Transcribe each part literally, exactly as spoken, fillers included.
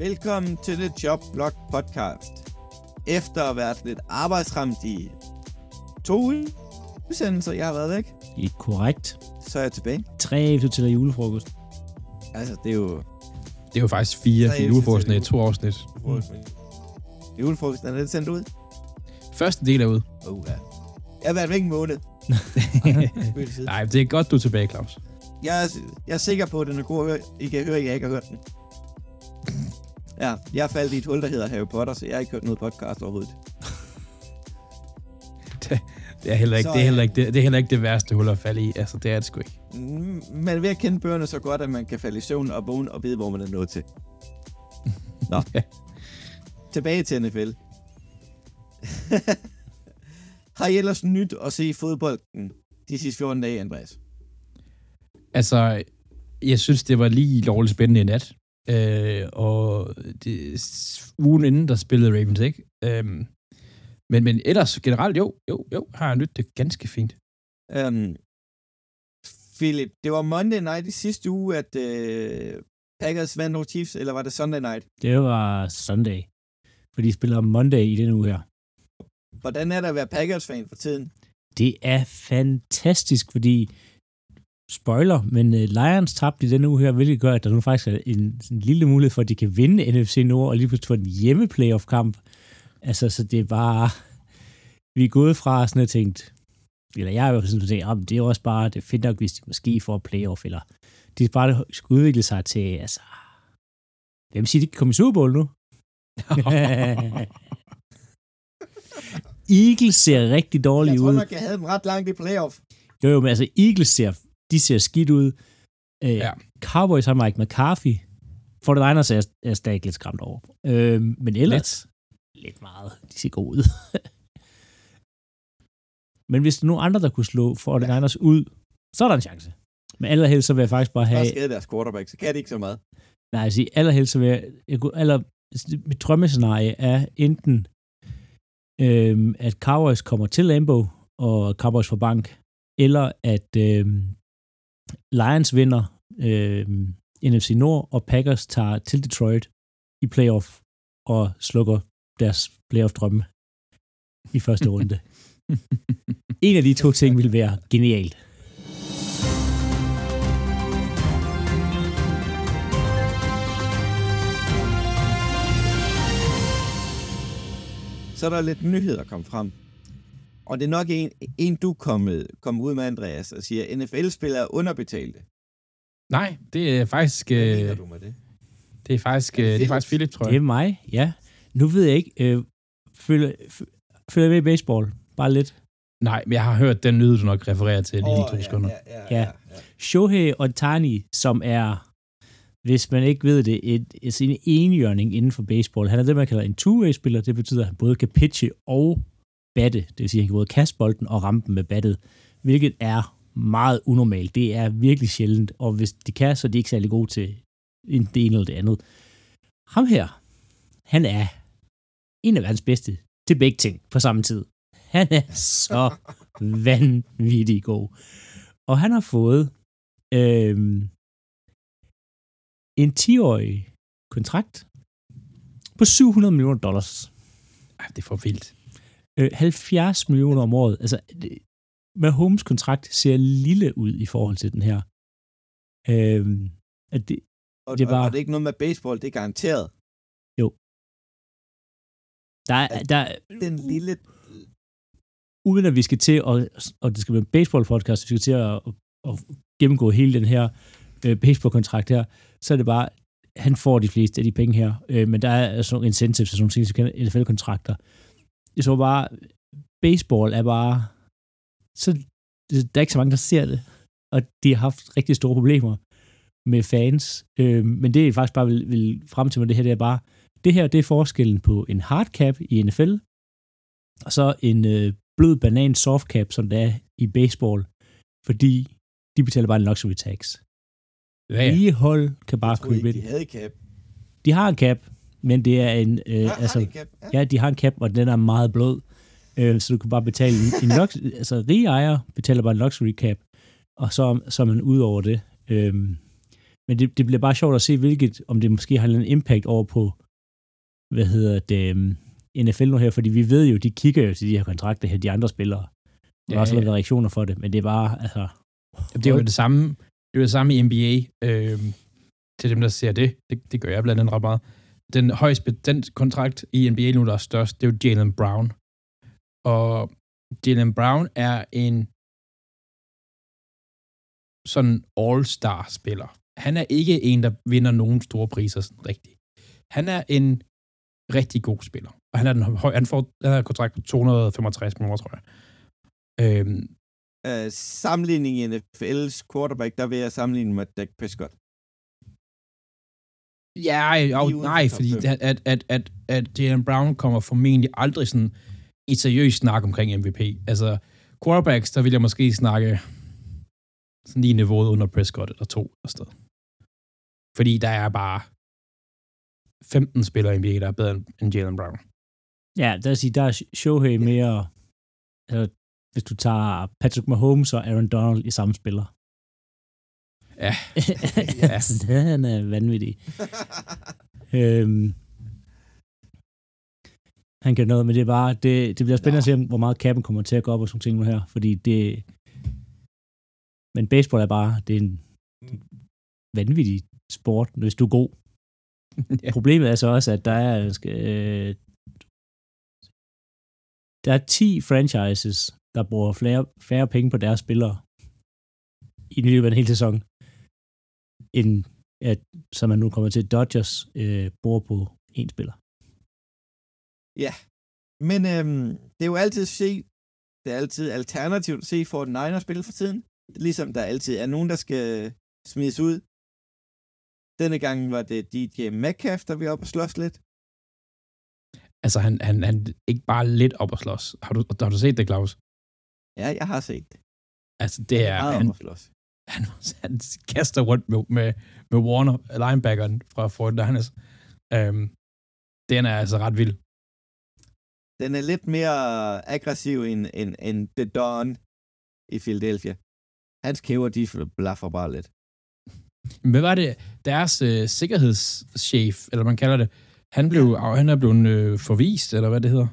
Velkommen til The Job Blog Podcast. Efter at have været lidt arbejdsramt i to udsendelser, jeg har været væk. Det er korrekt. Så er jeg tilbage. Tre efter til julefrokost. Altså, det er jo... Det er jo faktisk fire, for julefrokosten er to afsnit. Mm. Julefrokosten, er den sendt ud? Første del er ude. Oh, ja. Jeg har været væk en måned. Nej, det er godt, du er tilbage, Claus. Jeg er, jeg er sikker på, at den er god at høre. I kan høre, at jeg ikke har hørt den. Ja, jeg er faldet i et hul, der hedder Harry Potter, så jeg har ikke hørt noget podcast overhovedet. det, det, er heller ikke, så, det, er heller ikke, det, det er heller ikke det værste hul at falde i. Altså, det er det sgu ikke. Men ved at kende bøgerne så godt, at man kan falde i søvn og vågne og vide, hvor man er nået til. Nå. Ja. Tilbage til N F L. Har I ellers nyt at se fodbolden de sidste fjorten dage, Andreas? Altså, jeg synes, det var lige lovligt spændende i nat. Øh, og det, ugen inden, der spillede Ravens, ikke? Øh, men, men ellers generelt, jo, jo, jo, har jeg nyt det ganske fint. Um, Philip, det var Monday night i sidste uge, at uh, Packers vandt over Chiefs, eller var det Sunday night? Det var Sunday, for de spiller Monday i denne uge her. Hvordan er der at være Packers-fan for tiden? Det er fantastisk, fordi spoiler, men uh, Lions tabte i denne uge her, hvilket gør, at der nu faktisk er en, en lille mulighed for, at de kan vinde N F C Nord, og lige pludselig få en hjemme-playoff-kamp. Altså, så det er bare... Vi er gået fra sådan og tænkt... Eller jeg har jo sådan tænkt, at det er også bare... Det er fedt nok, hvis de måske får playoff, eller... De bare skulle udvikle sig til, altså... Hvem siger, de kan komme i Super Bowl nu? Eagles ser rigtig dårlige ud. Jeg tror nok, jeg havde dem ret langt i playoff. Jo, jo, men altså Eagles ser, de ser skidt ud. Øh, ja. Cowboys har Mike McCarthy. forty-niners er, er stadig lidt skræmt over. Øh, men ellers, lidt. lidt meget. De ser gode ud. Men hvis der er nogen andre, der kunne slå forty-niners ja. ud, så er der en chance. Men allerhelst så vil jeg faktisk bare have... Bare skade deres quarterback, så kan det ikke så meget. Nej, jeg siger, allerhelst så vil jeg... jeg kunne, aller, mit drømmescenarie er enten, øh, at Cowboys kommer til Lambeau, og Cowboys får bank, eller at øh, Lions vinder øh, N F C Nord, og Packers tager til Detroit i playoff og slukker deres playoff-drømme i første runde. En af de to ting vil være genialt. Så er der lidt nyheder kom frem. Og det er nok en, en du kom, kom ud med, Andreas, og siger, at N F L-spillere er underbetalte. Nej, det er faktisk... Hvad mener du med det? Det er faktisk, er det, det er faktisk Philip, tror jeg. Det er mig, ja. Nu ved jeg ikke, øh, følger, følger med i baseball? Bare lidt. Nej, men jeg har hørt den nyhed, du nok refererer til lige oh, i to ja, sekunder. Ja, ja, ja, ja. ja. Shohei Ohtani, som er, hvis man ikke ved det, et, et, en enhjørning inden for baseball. Han er det, man kalder en two-way-spiller. Det betyder, at han både kan pitche og batte. Det vil sige, at han kan både kaste bolden og ramme den med battet, hvilket er meget unormalt. Det er virkelig sjældent, og hvis de kan, så er de ikke særlig gode til det ene eller det andet. Ham her, han er en af verdens bedste til begge ting på samme tid. Han er så vanvittig god. Og han har fået øh, en ti-årig kontrakt på syv hundrede millioner dollars. Ej, det er for vildt. Øh, halvfjerds millioner om året. Altså, med Holmes kontrakt ser lille ud i forhold til den her. Øh, at det, og, det var, og det er ikke noget med baseball, det er garanteret. Jo. Der er, altså, der, den lille... Uden at vi skal til, og, og det skal være en baseball-podcast, vi skal til at, at, at gennemgå hele den her øh, baseball-kontrakt her, så er det bare, han får de fleste af de penge her, øh, men der er sådan nogle incentives og sådan nogle ting, som N F L-kontrakter. Jeg tror bare, baseball er bare, så der er ikke så mange, der ser det, og de har haft rigtig store problemer med fans, øh, men det er faktisk bare vil, vil frem til mig, det her, det er bare, det her, det er forskellen på en hard cap i N F L, og så en øh, blød banan soft cap, som det er i baseball, fordi de betaler bare en luxury tax. Ja, ja. Lige hold kan bare købe købe ikke, de havde cap. De har en cap, men det er en... Øh, ja, altså, har de cap? Ja. ja, de har en cap, og den er meget blød, øh, så du kan bare betale en, en lux, altså rige ejere betaler bare en luxury cap, og så, så er man ud over det. Øh, Men det, det bliver bare sjovt at se, hvilket, om det måske har en impact over på, hvad hedder det, N F L nu her, fordi vi ved jo, de kigger jo til de her kontrakter her, de andre spillere. Der ja, har også ja. været reaktioner for det, men det er bare, altså... Det er jo det samme, det er jo det samme i N B A, øh, til dem, der ser det. det. Det gør jeg blandt andet ret meget. Den højeste, den kontrakt i N B A nu, der er størst, det er jo Jaylen Brown. Og Jaylen Brown er en sådan all-star-spiller. Han er ikke en, der vinder nogen store priser sådan rigtigt. Han er en rigtig god spiller. Og han er den høj, han får den her kontrakt på to hundrede og femogtres millioner, tror jeg. Øhm, uh, sammenligning i N F L's quarterback, der vil jeg sammenligne med Dak Prescott. Ja, jo, nej, fordi at, at, at, at, at Jaylen Brown kommer formentlig aldrig sådan i seriøs snak omkring M V P. Altså, quarterbacks, der vil jeg måske snakke sådan lige niveauet under Prescott eller to eller sted. Fordi der er bare femten spillere i N B A, der er bedre end Jaylen Brown. Ja, der er, sige, der er Shohei mere, altså, hvis du tager Patrick Mahomes og Aaron Donald i samme spiller. Ja. ja. Altså, han er vanvittig. øhm, han kan noget, men det er bare, det, det bliver spændende ja. at se, hvor meget kappen kommer til at gå op og sådan ting nu her, fordi det, men baseball er bare, det er en vanvittig sport, hvis du er god. ja. Problemet er så også, at der er, øh, der er ti franchises, der bruger flere, færre penge på deres spillere i løbet af en hel sæson, end at, som man nu kommer til, Dodgers øh, bruger på én spiller. Ja, men øhm, det er jo altid se, det er altid alternativt at se for den egen spil for tiden. Ligesom der altid er nogen, der skal smides ud. Denne gang var det D J Metcalf, der vi op og slås lidt. Altså, han, han, han ikke bare lidt op og slås. Har du, har du set det, Claus? Ja, jeg har set det. Altså, det er... Han, han, han, han kaster rundt med, med, med Warner, linebackeren fra forty-niners. Øhm, den er altså ret vild. Den er lidt mere aggressiv end, end, end The Dawn i Philadelphia. Hans kæver, de blaffer bare lidt. Hvad var det? Deres øh, sikkerhedschef, eller man kalder det, han, blev, han er blevet øh, forvist, eller hvad det hedder?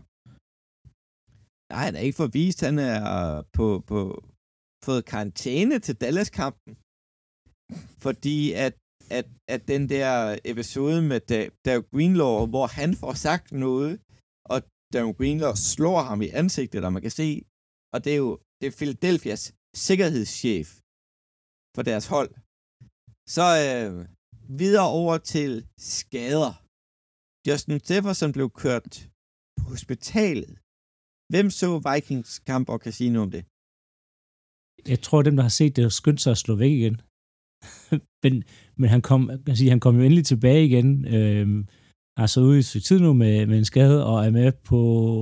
Nej, han er ikke forvist. Han er på, på fået karantæne til Dallas-kampen. Fordi at, at, at den der episode med Darryl Greenlaw, hvor han får sagt noget, og Darryl Greenlaw slår ham i ansigtet, og man kan se, og det er jo det er Philadelphias sikkerhedschef for deres hold. Så øh, videre over til skader. Justin Jefferson blev kørt på hospitalet. Hvem så Vikings kamp og kan sige noget om det? Jeg tror, dem, der har set det, skyndte sig at slå væk igen. men men han, kom, kan sige, han kom jo endelig tilbage igen. Øhm, har så ude i sit tid nu med, med en skade, og er med på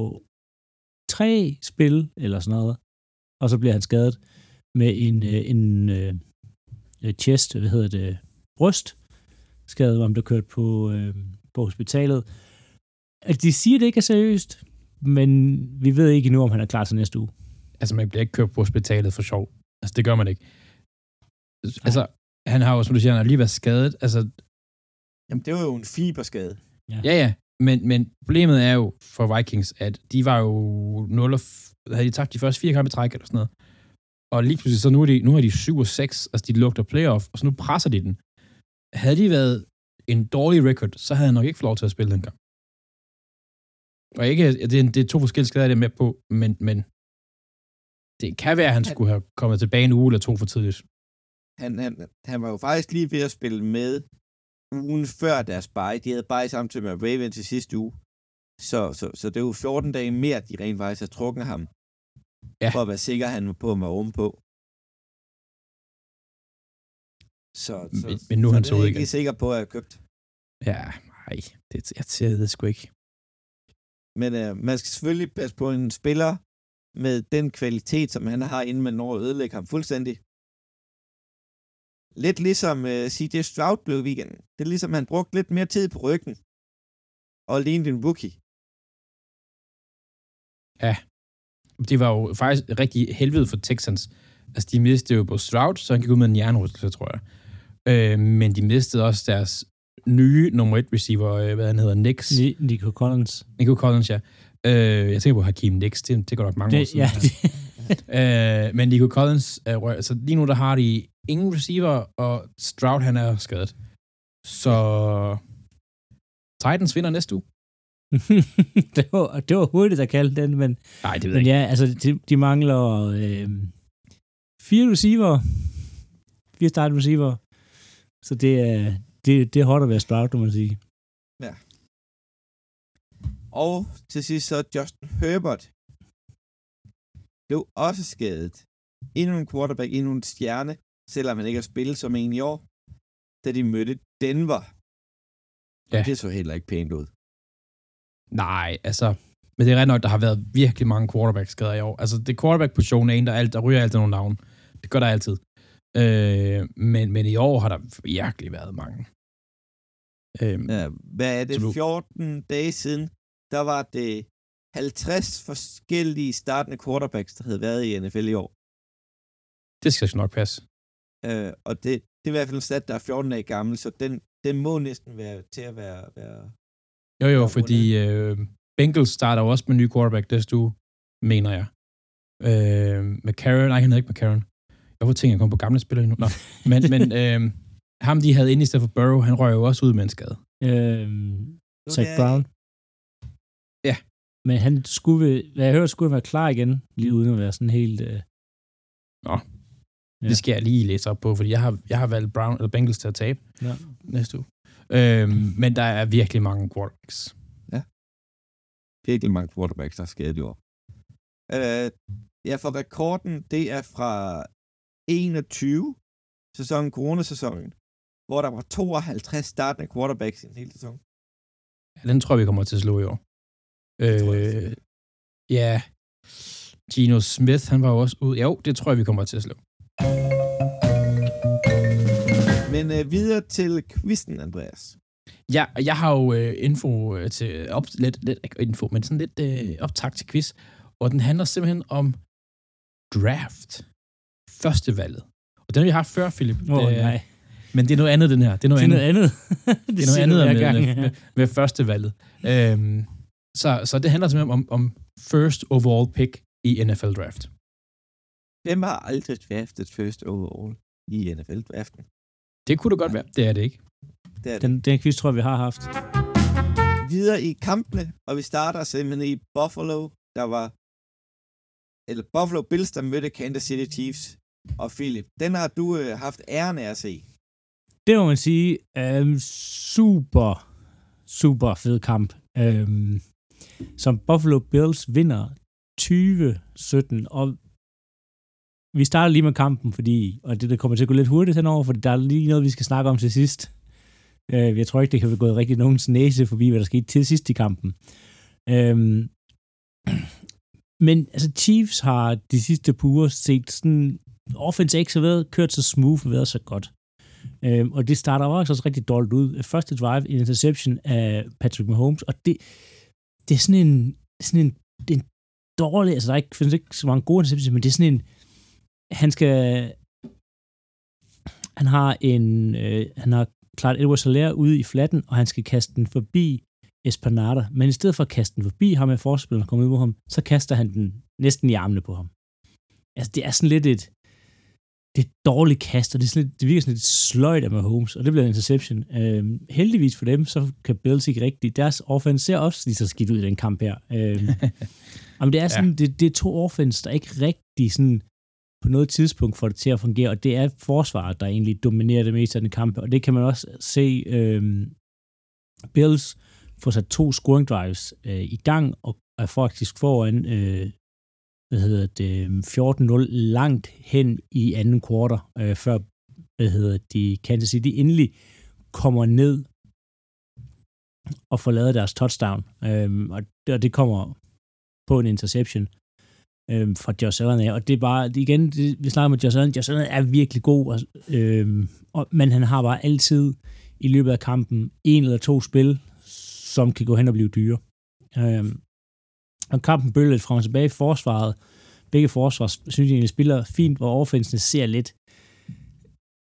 tre spil, eller sådan noget. Og så bliver han skadet med en, en, en uh, chest, hvad hedder det, brystskade, hvor han blev kørt på, uh, på hospitalet. At de siger, det ikke er seriøst, men vi ved ikke endnu, om han er klar til næste uge. Altså, man bliver ikke kørt på hospitalet for sjov. Altså, det gør man ikke. Altså, han har jo, som du siger, han har lige været skadet. Altså, jamen, det var jo en fiberskade. Ja, ja, ja. Men, men problemet er jo for Vikings, at de var jo nul og f- havde de tabt de første fire kampe i træk eller sådan noget. Og lige pludselig, så nu er de, nu er de syv og seks, altså de lugter playoff, og så nu presser de den. Havde de været en dårlig record, så havde han nok ikke fået lov til at spille den kamp. Og ikke, det er, det er to forskellige skader, jeg er med på, men, men det kan være, at han skulle have kommet tilbage en uge eller to for tidligt. Han, han, han var jo faktisk lige ved at spille med ugen før deres bye. De havde bye samtidig med Ravens i sidste uge. Så, så, så det er jo fjorten dage mere, de rent faktisk har trukket ham. Ja. For at være sikker, at han var på at være ovenpå. Så, så, men, men nu er han så ud igen. Jeg er ikke sikker på, at jeg har købt. Ja, nej, det, jeg ser det sgu ikke. Men øh, man skal selvfølgelig passe på en spiller med den kvalitet, som han har, inden man når at ødelægge ham fuldstændig. Lidt ligesom øh, C J Stroud blev i weekenden. Det er ligesom, han brugte lidt mere tid på ryggen. Og lignede en rookie. Ja. Det var jo faktisk rigtig helvede for Texans. Altså, de mistede jo på Stroud, så han gik ud med en jernrystelse, tror jeg. Øh, men de mistede også deres nye nummer et receiver, øh, hvad han hedder, Nix. Nico Collins. Nico Collins, ja. Øh, jeg tænker på Hakeem Nix, det, det går nok mange det, år siden. Ja, det. øh, men Nico Collins, øh, altså lige nu der har de ingen receiver, og Stroud han er skadet. Så Titans vinder næste uge. det, var, det var hurtigt at kalde den, men, Nej, det ved men jeg ja, altså de, de mangler øh, fire receiver, fire start receiver, så det er det, det er hårdt at være Stroud, må man sige. Ja. Og til sidst så Justin Herbert blev også skadet. Endnu en quarterback, endnu en stjerne, selvom han ikke har spillet som en i år, da de mødte Denver. Ja. Og det så heller ikke pænt ud. Nej, altså, men det er ret nok, der har været virkelig mange quarterback-skader i år. Altså, det quarterback-position er en, der, alt, der ryger altid nogle navn. Det gør der altid. Øh, men, men i år har der virkelig været mange. Øh, ja, hvad er det? fjorten dage siden, der var det halvtreds forskellige startende quarterbacks, der havde været i N F L i år. Det skal nok passe. Øh, og det, det er i hvert fald en stat, der er fjorten dage gammel, så den, den må næsten være til at være... være jo, jo, fordi øh, Bengals starter også med en ny quarterback næste uge, mener jeg. Øh, McCarron, nej, han hedder ikke McCarron. Jeg får tænkt, at jeg kom på gamle spillere endnu. Nå. Men, men øh, ham, de havde inde i stedet for Burrow, han røg jo også ud med en skade. Øhm, Zach Brown. Ja. Men han skulle, hvad jeg hørte, skulle være klar igen, lige uden at være sådan helt... Øh... Nå. Ja. Det skal jeg lige læse op på, fordi jeg har, jeg har valgt Brown eller Bengals til at tabe ja. næste uge. Øhm, men der er virkelig mange quarterbacks. Ja. Virkelig mange quarterbacks, der er skadet i år. Øh, ja, for rekorden, det er fra enogtyve sæsonen, coronasæsonen, hvor der var tooghalvtreds startende quarterbacks i en hel sæson. Ja, den tror jeg, vi kommer til at slå i år. Øh, ja, Geno Smith, han var jo også ude. Jo, det tror jeg, vi kommer til at slå. Men øh, videre til quizzen, Andreas. Ja, jeg har jo øh, info øh, til op, lidt, lidt ikke info, men sådan lidt øh, optakt til quiz, og den handler simpelthen om draft. Førstevalget. Og den har vi haft før, Philip. Åh, oh, nej. Men det er noget andet, den her. Det er noget det er andet. Noget andet. det er noget andet med, gang, ja. med, med førstevalget. Øhm, så, så det handler simpelthen om, om first overall pick i N F L-draft. Hvem har aldrig draftet first overall i N F L-draften? Det kunne det godt være. Det er det ikke. Det er det. Den, den quiz tror jeg, vi har haft. Videre i kampene, og vi starter simpelthen i Buffalo, der var eller Buffalo Bills, der mødte Kansas City Chiefs. Og Philip, den har du øh, haft æren af at se. Det må man sige. Øhm, super, super fed kamp. Øhm, som Buffalo Bills vinder tyve sytten, og vi starter lige med kampen, fordi, og det der kommer til at gå lidt hurtigt henover, for der er lige noget, vi skal snakke om til sidst. Øh, jeg tror ikke, det kan være gået rigtig nogens næse forbi, hvad der skete til sidst i kampen. Øhm, men altså Chiefs har de sidste par uger set sådan, offense ikke så været, kørt så smooth, været så godt. Øhm, og det starter også, også rigtig dårligt ud. Første drive, en interception af Patrick Mahomes, og det, det er sådan en, sådan en, det er en dårlig, altså der er ikke, findes ikke så mange gode interceptions, men det er sådan en, han skal, han har en, øh, han har klart Edwards-Helaire ude i flatten, og han skal kaste den forbi Esplanada, men i stedet for at kaste den forbi ham med forspilleren og komme ud på ham, så kaster han den næsten i armene på ham. Altså det er sådan lidt et, det er et dårligt kast, og det, er sådan lidt, det virker sådan lidt sløjt af Mahomes, og det bliver en interception. Øhm, heldigvis for dem, så kan Bills ikke rigtigt. Deres offense ser også lige så skidt ud i den kamp her. Øhm, men det er sådan, ja. det, det er to offense, der ikke rigtig sådan på noget tidspunkt får det til at fungere, og det er forsvaret, der egentlig dominerer det meste af den kamp, og det kan man også se øhm, Bills får sat to scoring drives øh, i gang, og er faktisk foran øh, hvad hedder det, fjorten nul langt hen i anden kvartal, øh, før hvad hedder de, Kansas City endelig kommer ned og får lavet deres touchdown. Øhm, og, det, og det kommer på en interception øhm, fra Josh Allen af. Og det er bare, det, igen, det, vi snakker med Josh Allen. Josh Allen er virkelig god, og, øhm, og, men han har bare altid i løbet af kampen en eller to spil, som kan gå hen og blive dyre. Øhm, og kampen bølger lidt frem og tilbage. Forsvaret, begge forsvar, synes jeg egentlig spiller fint, hvor offensen ser lidt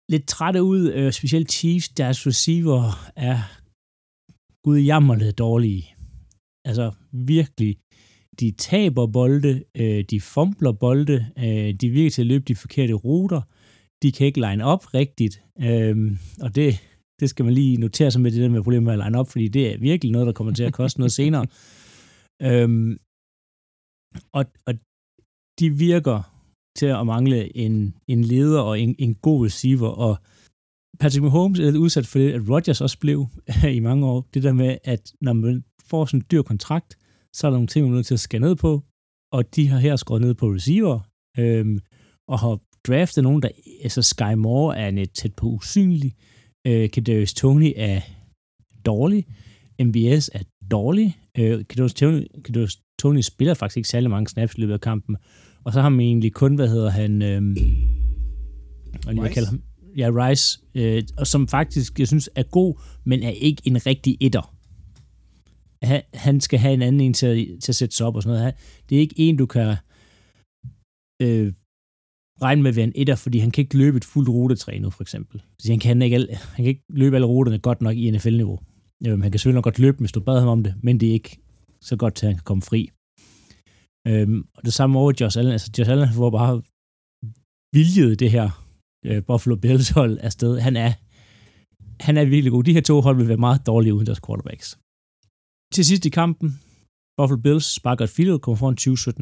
lidt trætte ud, øh, specielt Chiefs, deres receiver er gudjammerligt dårlige. Altså virkelig, de taber bolde, øh, de fumbler bolde, øh, de virker til at løbe de forkerte ruter, de kan ikke line op rigtigt, øh, og det, det skal man lige notere sig med det der med problemet med at line op, fordi det er virkelig noget, der kommer til at koste noget senere. Øh, og, og de virker til at mangle en, en leder og en, en god receiver, og Patrick Mahomes er lidt udsat for det, at Rodgers også blev i mange år. Det der med, at når man får sådan en dyr kontrakt, så er der nogle ting, man er nødt til at skære ned på, og de har her skåret ned på receiver, øhm, og har draftet nogen, der, altså Sky Moore er net tæt på usynlig, øh, Kadarius Toney er dårlig, M B S er dårlig, øh, Kadarius Toney, Kadarius Toney spiller faktisk ikke særlig mange snaps i løbet af kampen, og så har man egentlig kun, hvad hedder han, øhm, og lige, jeg kalder ham, ja, Rice, øh, og som faktisk, jeg synes, er god, men er ikke en rigtig etter. Han, han skal have en anden en til at, til at sætte sig op og sådan noget. Det er ikke en, du kan øh, regne med at være en etter, fordi han kan ikke løbe et fuldt rutetræ nu, for eksempel. Så han kan ikke, alle, han kan ikke løbe alle ruterne godt nok i N F L-niveau. Øh, han kan selvfølgelig nok godt løbe, hvis du bad ham om det, men det er ikke så godt til, at han kan komme fri. Øh, og det samme over Josh Allen. Altså, Josh Allen får bare viljet det her Buffalo Bills hold afsted. Han er, han er virkelig god. De her to hold vil være meget dårlige uden deres quarterbacks. Til sidst i kampen, Buffalo Bills sparker et field goal, kommer foran tyve sytten.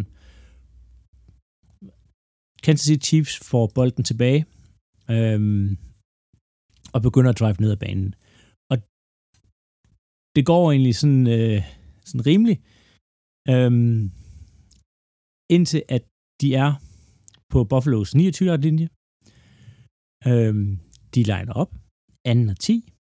Kansas City Chiefs får bolden tilbage øhm, og begynder at drive ned ad banen. Og det går egentlig sådan, øh, sådan rimeligt, øhm, indtil at de er på Buffalo's niogtyve-yard linje. Øhm, de liner op, anden og ti.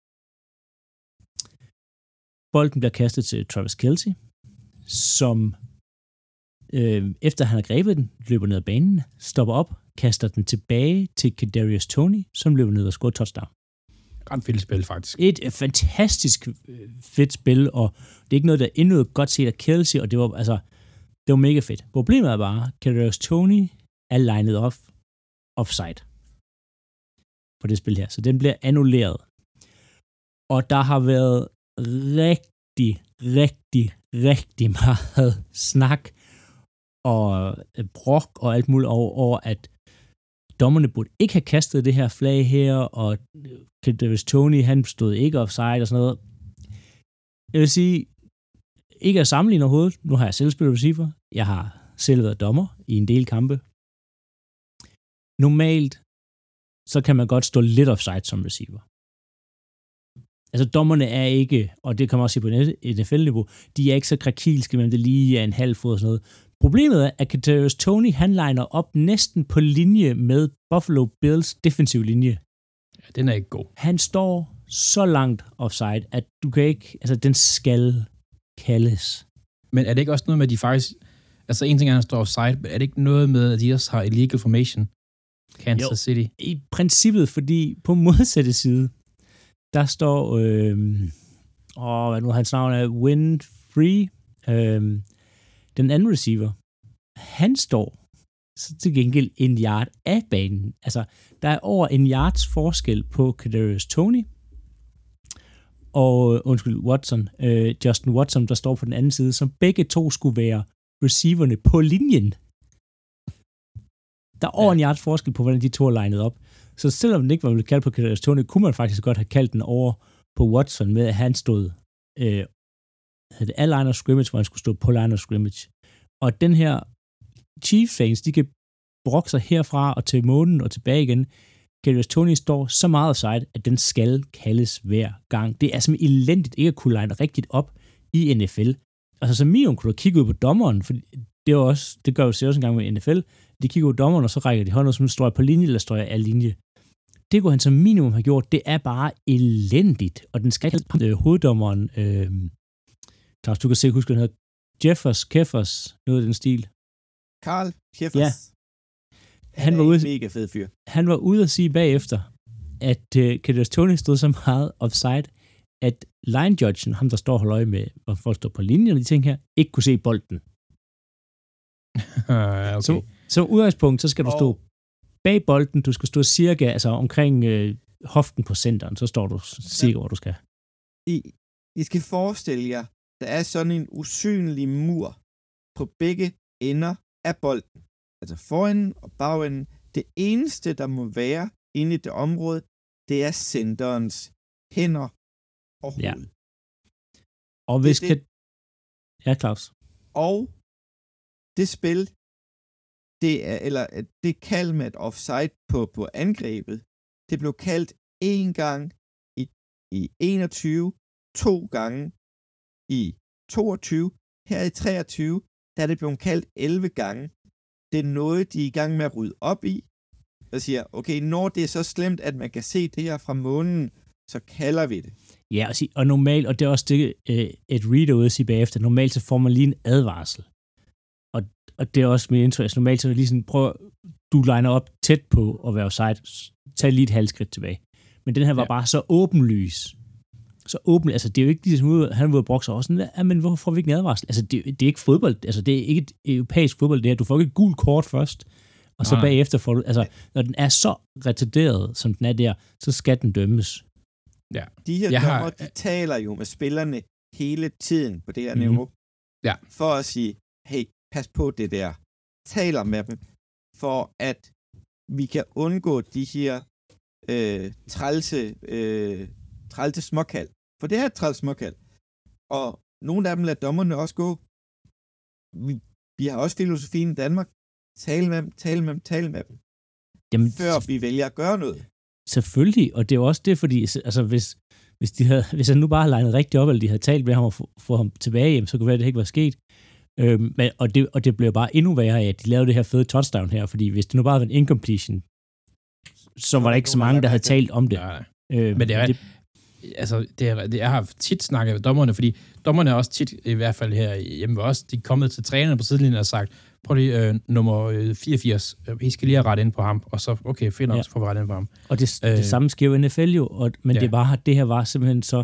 Bolden bliver kastet til Travis Kelce, som øh, efter han har grebet den, løber ned ad banen, stopper op, kaster den tilbage til Kadarius Toney, som løber ned og scorer touchdown. Ret fedt spil, faktisk. Et fantastisk fedt spil, og det er ikke noget, der er endnu godt set af Kelce, og det var, altså, det var mega fedt. Problemet er bare, Kadarius Toney er linet off offside på det spil her, så den bliver annulleret. Og der har været rigtig, rigtig, rigtig meget snak og brok og alt muligt over, over at dommerne burde ikke have kastet det her flag her, og Kadarius Toney, han stod ikke offside og sådan noget. Jeg vil sige, ikke at sammenligne overhovedet. Nu har jeg selv spillet receiver. Jeg har selv været dommer i en del kampe. Normalt så kan man godt stå lidt offside som receiver. Altså, dommerne er ikke, og det kan man også se på et N F L-niveau, de er ikke så krakilske, men det lige er en halv fod og sådan noget. Problemet er, at Kadarius Toney, han liner op næsten på linje med Buffalo Bills defensiv linje. Ja, den er ikke god. Han står så langt offside, at du kan ikke, altså, den skal kaldes. Men er det ikke også noget med, at de faktisk, altså en ting er, at han står offside, men er det ikke noget med, at de også har illegal formation? Kansas jo, City. I princippet, fordi på modsatte side, der står, øh, åh, hvad nu hans navn er, Winfrey, øh, den anden receiver, han står så til gengæld en yard af banen. Altså, der er over en yards forskel på Kadarius Toney og, undskyld, Watson, øh, Justin Watson, der står på den anden side, som begge to skulle være receiverne på linjen. Der er over ja. en yards forskel på, hvordan de to er linet op. Så selvom den ikke var blevet kaldt på Kadarius Toney, kunne man faktisk godt have kaldt den over på Watson med, at han stod øh, havde det af line of scrimmage, hvor han skulle stå på line of scrimmage. Og den her Chiefs-fans, de kan brokke sig herfra og til månen og tilbage igen. Kadarius Toney står så meget offside, at den skal kaldes hver gang. Det er simpelthen elendigt ikke at kunne line rigtigt op i N F L. Altså som minimum kunne du kigge ud på dommeren, for det er også, det gør jo selv også en gang med N F L. De kigger ud på dommeren, og så rækker de hånden, og så står jeg på linje, eller står jeg af linje. Det kunne han som minimum have gjort. Det er bare elendigt. Og den skal øh, hoveddommeren, øh, Claus, du kan se, husk, han hedder Jeffers, Keffers, noget af den stil. Carl Jeffers. Ja. Han, han var ude, mega fed fyr. Han var ude at sige bagefter, at øh, Kadarius Toney stod så meget offside, at line judgen, ham der står og holder øje med, hvor folk står på linjen og de ting her, ikke kunne se bolden. okay. Så som udgangspunkt, så skal du og, stå bag bolden, du skal stå cirka, altså omkring øh, hoften på centeren, så står du cirka, ja. Hvor du skal. I, I skal forestille jer, der er sådan en usynlig mur på begge ender af bolden. Altså forenden og bagenden. Det eneste, der må være inde i det område, det er centerens hænder og hoved. Ja. Og hvis det, kan... Ja, Claus. Og det spil, det er, eller det kald med et offside på, på angrebet, det blev kaldt en gang i, i enogtyve, to gange i toogtyve, her i treogtyve, der er det blevet kaldt elleve gange. Det er noget, de er i gang med at rydde op i, og siger, okay, når det er så slemt, at man kan se det her fra månen, så kalder vi det. Ja, og, sig, og normalt, og det er også det, øh, et reader ude at sige bagefter, normalt så får man lige en advarsel. Og, og det er også mit indtryk, altså normalt så er det lige sådan, prøv, du liner op tæt på at være offside, tag lige et halvt skridt tilbage. Men den her var ja. bare så åbenlys. Så åben, altså det er jo ikke ligesom ude, han var ude at brokke sig også sådan, ja, men hvorfor får vi ikke en advarsel? Altså det, det er ikke fodbold, altså det er ikke et europæisk fodbold, det her. Du får ikke et gult kort først, og så Nej. bagefter får du, altså når den er så retarderet, som den er der, så skal den dømmes. Ja. De her dommer, har... de taler jo med spillerne hele tiden på det her mm-hmm. niveau, ja. for at sige, hey, pas på det der. Taler med dem, for at vi kan undgå de her øh, trælse, øh, trælse småkald. For det er et træls småkald. Og nogle af dem lader dommerne også gå. Vi, vi har også filosofien i Danmark. Tale med dem, tale med dem, tale med dem. Jamen, før vi vælger at gøre noget. Selvfølgelig, og det er jo også det, fordi altså, hvis, hvis, de havde, hvis han nu bare havde legnet rigtigt op, eller de havde talt med ham og få, få ham tilbage hjem, så kunne det være, at det ikke var sket. Øhm, men, og, det, og det blev bare endnu værre af, at de lavede det her fede touchdown her, fordi hvis det nu bare var en incompletion, så var der ikke så mange, der havde talt om det. Nej, øhm, men det er, det, altså, det er, det, jeg har tit snakket med dommerne, fordi dommerne er også tit, i hvert fald her hjemme også, de er kommet til trænerne på sidelinjen og sagt, prøv lige øh, nummer fireogfirs, I skal lige have ret ind på ham, og så, okay, finder ja. os for at rette ind på ham. Og det, øh, det samme sker jo N F L jo, og, men ja. det, bare, det her var simpelthen så,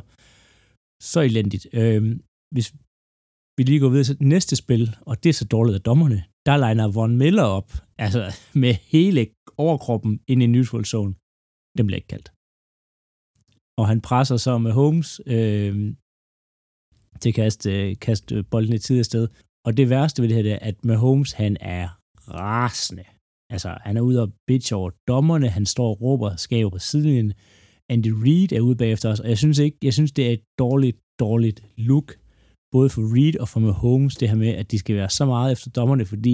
så elendigt. Øh, hvis vi lige går videre til det næste spil, og det er så dårligt af dommerne, der liner Von Miller op, altså med hele overkroppen ind i neutral zone. Den bliver ikke kaldt. Og han presser så med Holmes øh, til at kaste, kaste bolden i tid af sted. Og det værste ved det her, det er, at Mahomes, han er rasende. Altså, han er ude og bitch over dommerne, han står og råber, skæver på sidelinjen. Andy Reid er ude bagefter os, og jeg synes ikke, jeg synes, det er et dårligt, dårligt look, både for Reid og for Mahomes, det her med, at de skal være så meget efter dommerne, fordi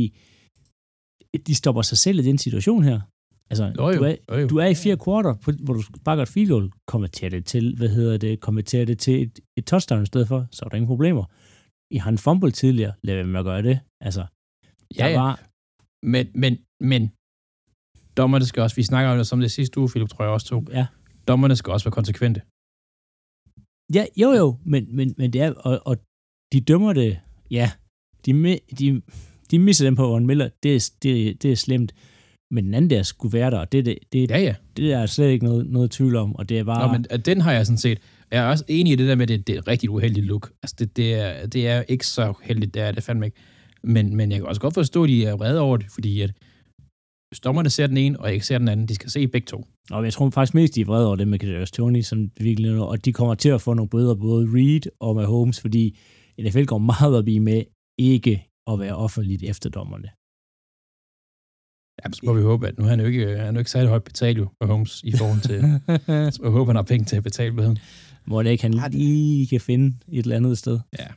de stopper sig selv i den situation her. Altså, jo, jo, du, er, jo, jo. du er i fire kvarter, hvor du bare gør et field goal, konverterer det til, hvad hedder det, konverterer det til et, et touchdown i stedet for, så er der ingen problemer. I har en fumble tidligere, lad være med at gøre det. Altså, ja, ja. Var... Men, men, men, dommerne skal også, vi snakker om det som det sidste uge, Philip, tror jeg også tog. Ja. Dommerne skal også være konsekvente. Ja, jo jo, men, men, men det er, og, og de dømmer det, ja, de, de, de misser dem på Von Miller, det er, det, det er slemt, men den anden der skulle være der, og det, det, det, ja, ja. det er slet ikke noget, noget tvivl om, og det er bare... Nå, men den har jeg sådan set, jeg er også enig i det der med, at det, det er et rigtig uheldigt look. Altså, det, det, er, det er ikke så heldigt, det er det fandme ikke. Men, men jeg kan også godt forstå, at de er vrede over det, fordi at hvis dommerne ser den ene, og ikke ser den anden, de skal se begge to. Og jeg tror faktisk mest, de er vrede over det med Kadarius Toney, som virkelig noget, og de kommer til at få nogle bøder, både Reid og Mahomes, fordi N F L går meget op i med ikke at være offentligt efter dommerne. Ja, så må vi håbe, at nu er han jo ikke, han er jo ikke særlig højt betalt jo, Mahomes, i forhold til, så jeg håber, han har penge til at betale med ham. Hvor det ikke han lige kan finde et eller andet sted. Ja.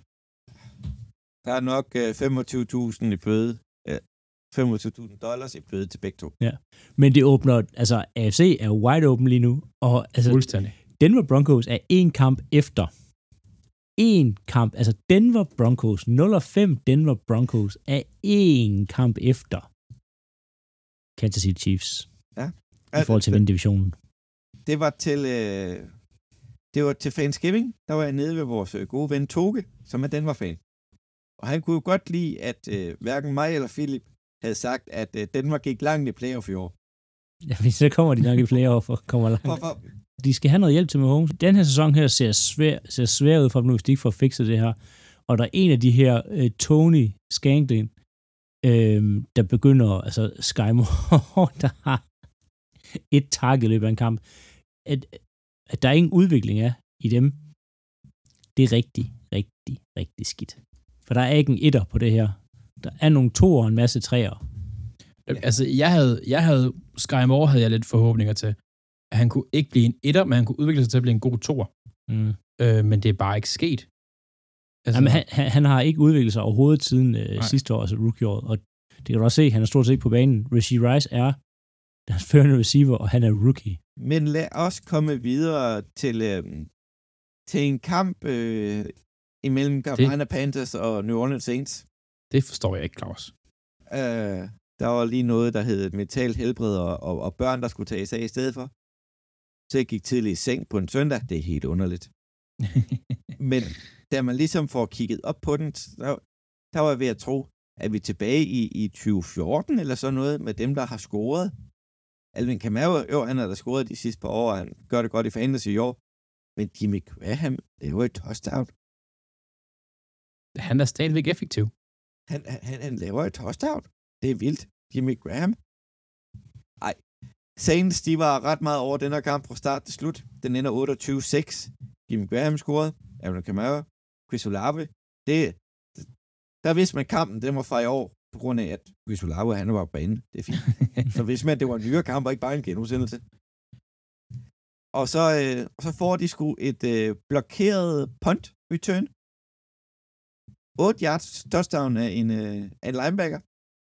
Der er nok uh, femogtyve tusind i bøde. Uh, femogtyve tusind dollars i bøde til begge to. Ja. Men det åbner, altså A F C er wide open lige nu, og altså, fuldstændig. Denver Broncos er en kamp efter. En kamp, altså Denver Broncos, nul og fem Denver Broncos er en kamp efter Kansas City Chiefs. Ja. I forhold til at vinde divisionen. Det var til øh, det var til Thanksgiving, der var jeg nede ved vores gode ven Toge, som er Denver-fan. Og han kunne jo godt lide, at øh, hverken mig eller Philip havde sagt, at øh, Denver gik langt i playoff i år. Ja, hvis så kommer de nok i playoff og kommer langt. Hvorfor? De skal have noget hjælp til Mahomes. Den her sæson her ser svær, ser svær ud for dem nu, hvis de ikke får fikset det her. Og der er en af de her øh, Tony Scanglin, øh, der begynder, altså Sky Moore, der har et target i løbet af en kamp. At, at der er ingen udvikling af i dem, det er rigtig, rigtig, rigtig skidt. For der er ikke en etter på det her. Der er nogle toer og en masse treer. Altså, jeg havde, jeg havde, Sky Moore havde jeg lidt forhåbninger til, at han kunne ikke blive en etter, men han kunne udvikle sig til at blive en god toer. Mm. Øh, men det er bare ikke sket. Altså, Jamen, han, han, han har ikke udviklet sig overhovedet siden øh, sidste år, altså rookie-året, og det kan du også se, han er stort set ikke på banen. Rashee Rice er deres førende receiver, og han er rookie. Men lad os komme videre til, øh, til en kamp øh, imellem Carolina det, Panthers og New Orleans Saints. Det forstår jeg ikke, Claus. Øh, der var lige noget, der hed mentalt helbred og, og, og børn, der skulle tages af i stedet for. Så jeg gik tidligt i seng på en søndag. Det er helt underligt. Men da man ligesom får kigget op på den, der, der var jeg ved at tro, at vi er tilbage i, i tyve fjorten eller sådan noget, med dem, der har scoret. Alvin Kamara, jo, han har da scoret de sidste par år, og han gør det godt i fantasy i år. Men Jimmy Graham, det var et touchdown. Han er stadigvæk effektiv. Han, han, han laver et touchdown. Det er vildt. Jimmy Graham. Ej. Saints, de var ret meget over den her kamp fra start til slut. Den ender otteogtyve seks. Jimmy Graham scorede. Alvin Kamara. Chris Olave. Det, der vidste man kampen, den var fra i år, på grund af, at Chris Olave, han var på banen. Det er fint. Så vidste man, at det var en nyere kamp, og ikke bare en genudsendelse. Og så, øh, og så får de sgu et øh, blokeret punt return. otte yards touchdown af en, øh, af en linebacker.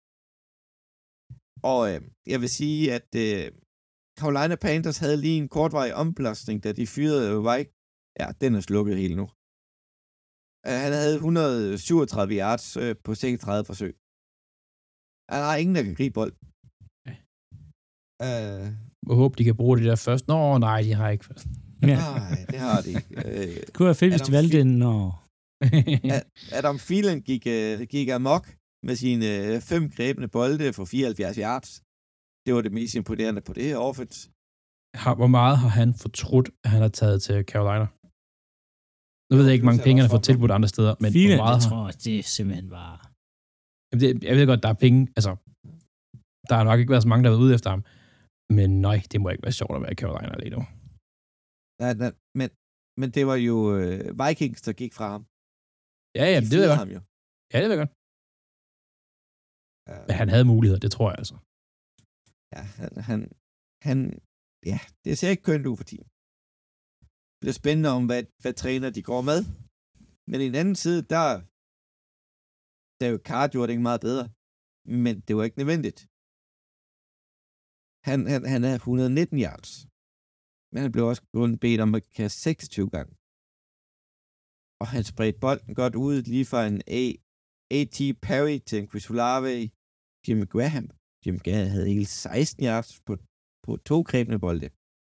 Og øh, jeg vil sige, at øh, Carolina Panthers havde lige en kortvarig ombelastning, da de fyrede White. Ja, den er slukket helt nu. Uh, han havde et hundrede og syvogtredive yards øh, på seksogtredive forsøg. Han har ingen, der kan gribe bold. Ja. Uh, Jeg håber, de kan bruge det der først. Nå, nej, de har ikke først. Ja. Nej, det har de ikke. Uh, Kunne være fedt, hvis de valgte den, og... Adam Thielen gik, uh, gik amok med sine uh, fem grebne bolde for fireoghalvfjerds yards. Det var det mest imponerende på det her offense. Hvor meget har han fortrudt, at han har taget til Carolina? Nu ved jeg ikke, hvor mange penge han har fået tilbudt andre steder, men Thielen, hvor meget jeg har... tror, det er simpelthen bare... Jamen det, jeg ved godt, der er penge, altså... Der har nok ikke været så mange, der har været ude efter ham. Men nej, det må ikke være sjovt at være i Carolina lige nu. Nej, nej, men, men det var jo øh, Vikings, der gik fra ham. Ja, ja, De det ved jeg fyrede godt. ham jo. Ja, det ved jeg godt. Ja. Men han havde muligheder, det tror jeg altså. Ja, han, han, han ja, det ser ikke kønt ud for tiden. Det bliver spændende om, hvad, hvad træner de går med. Men i den anden side, der der er jo Carr gjorde det ikke meget bedre. Men det var ikke nødvendigt. Han, han, han er et hundrede og nitten yards. Men han blev også kun bedt om at kaste seksogtyve gange. Og han spredte bolden godt ud, lige fra en A, A.T. Perry til en Chris Olave. Jimmy Graham. Jimmy Graham havde hele seksten yards på, på to grebne bolde.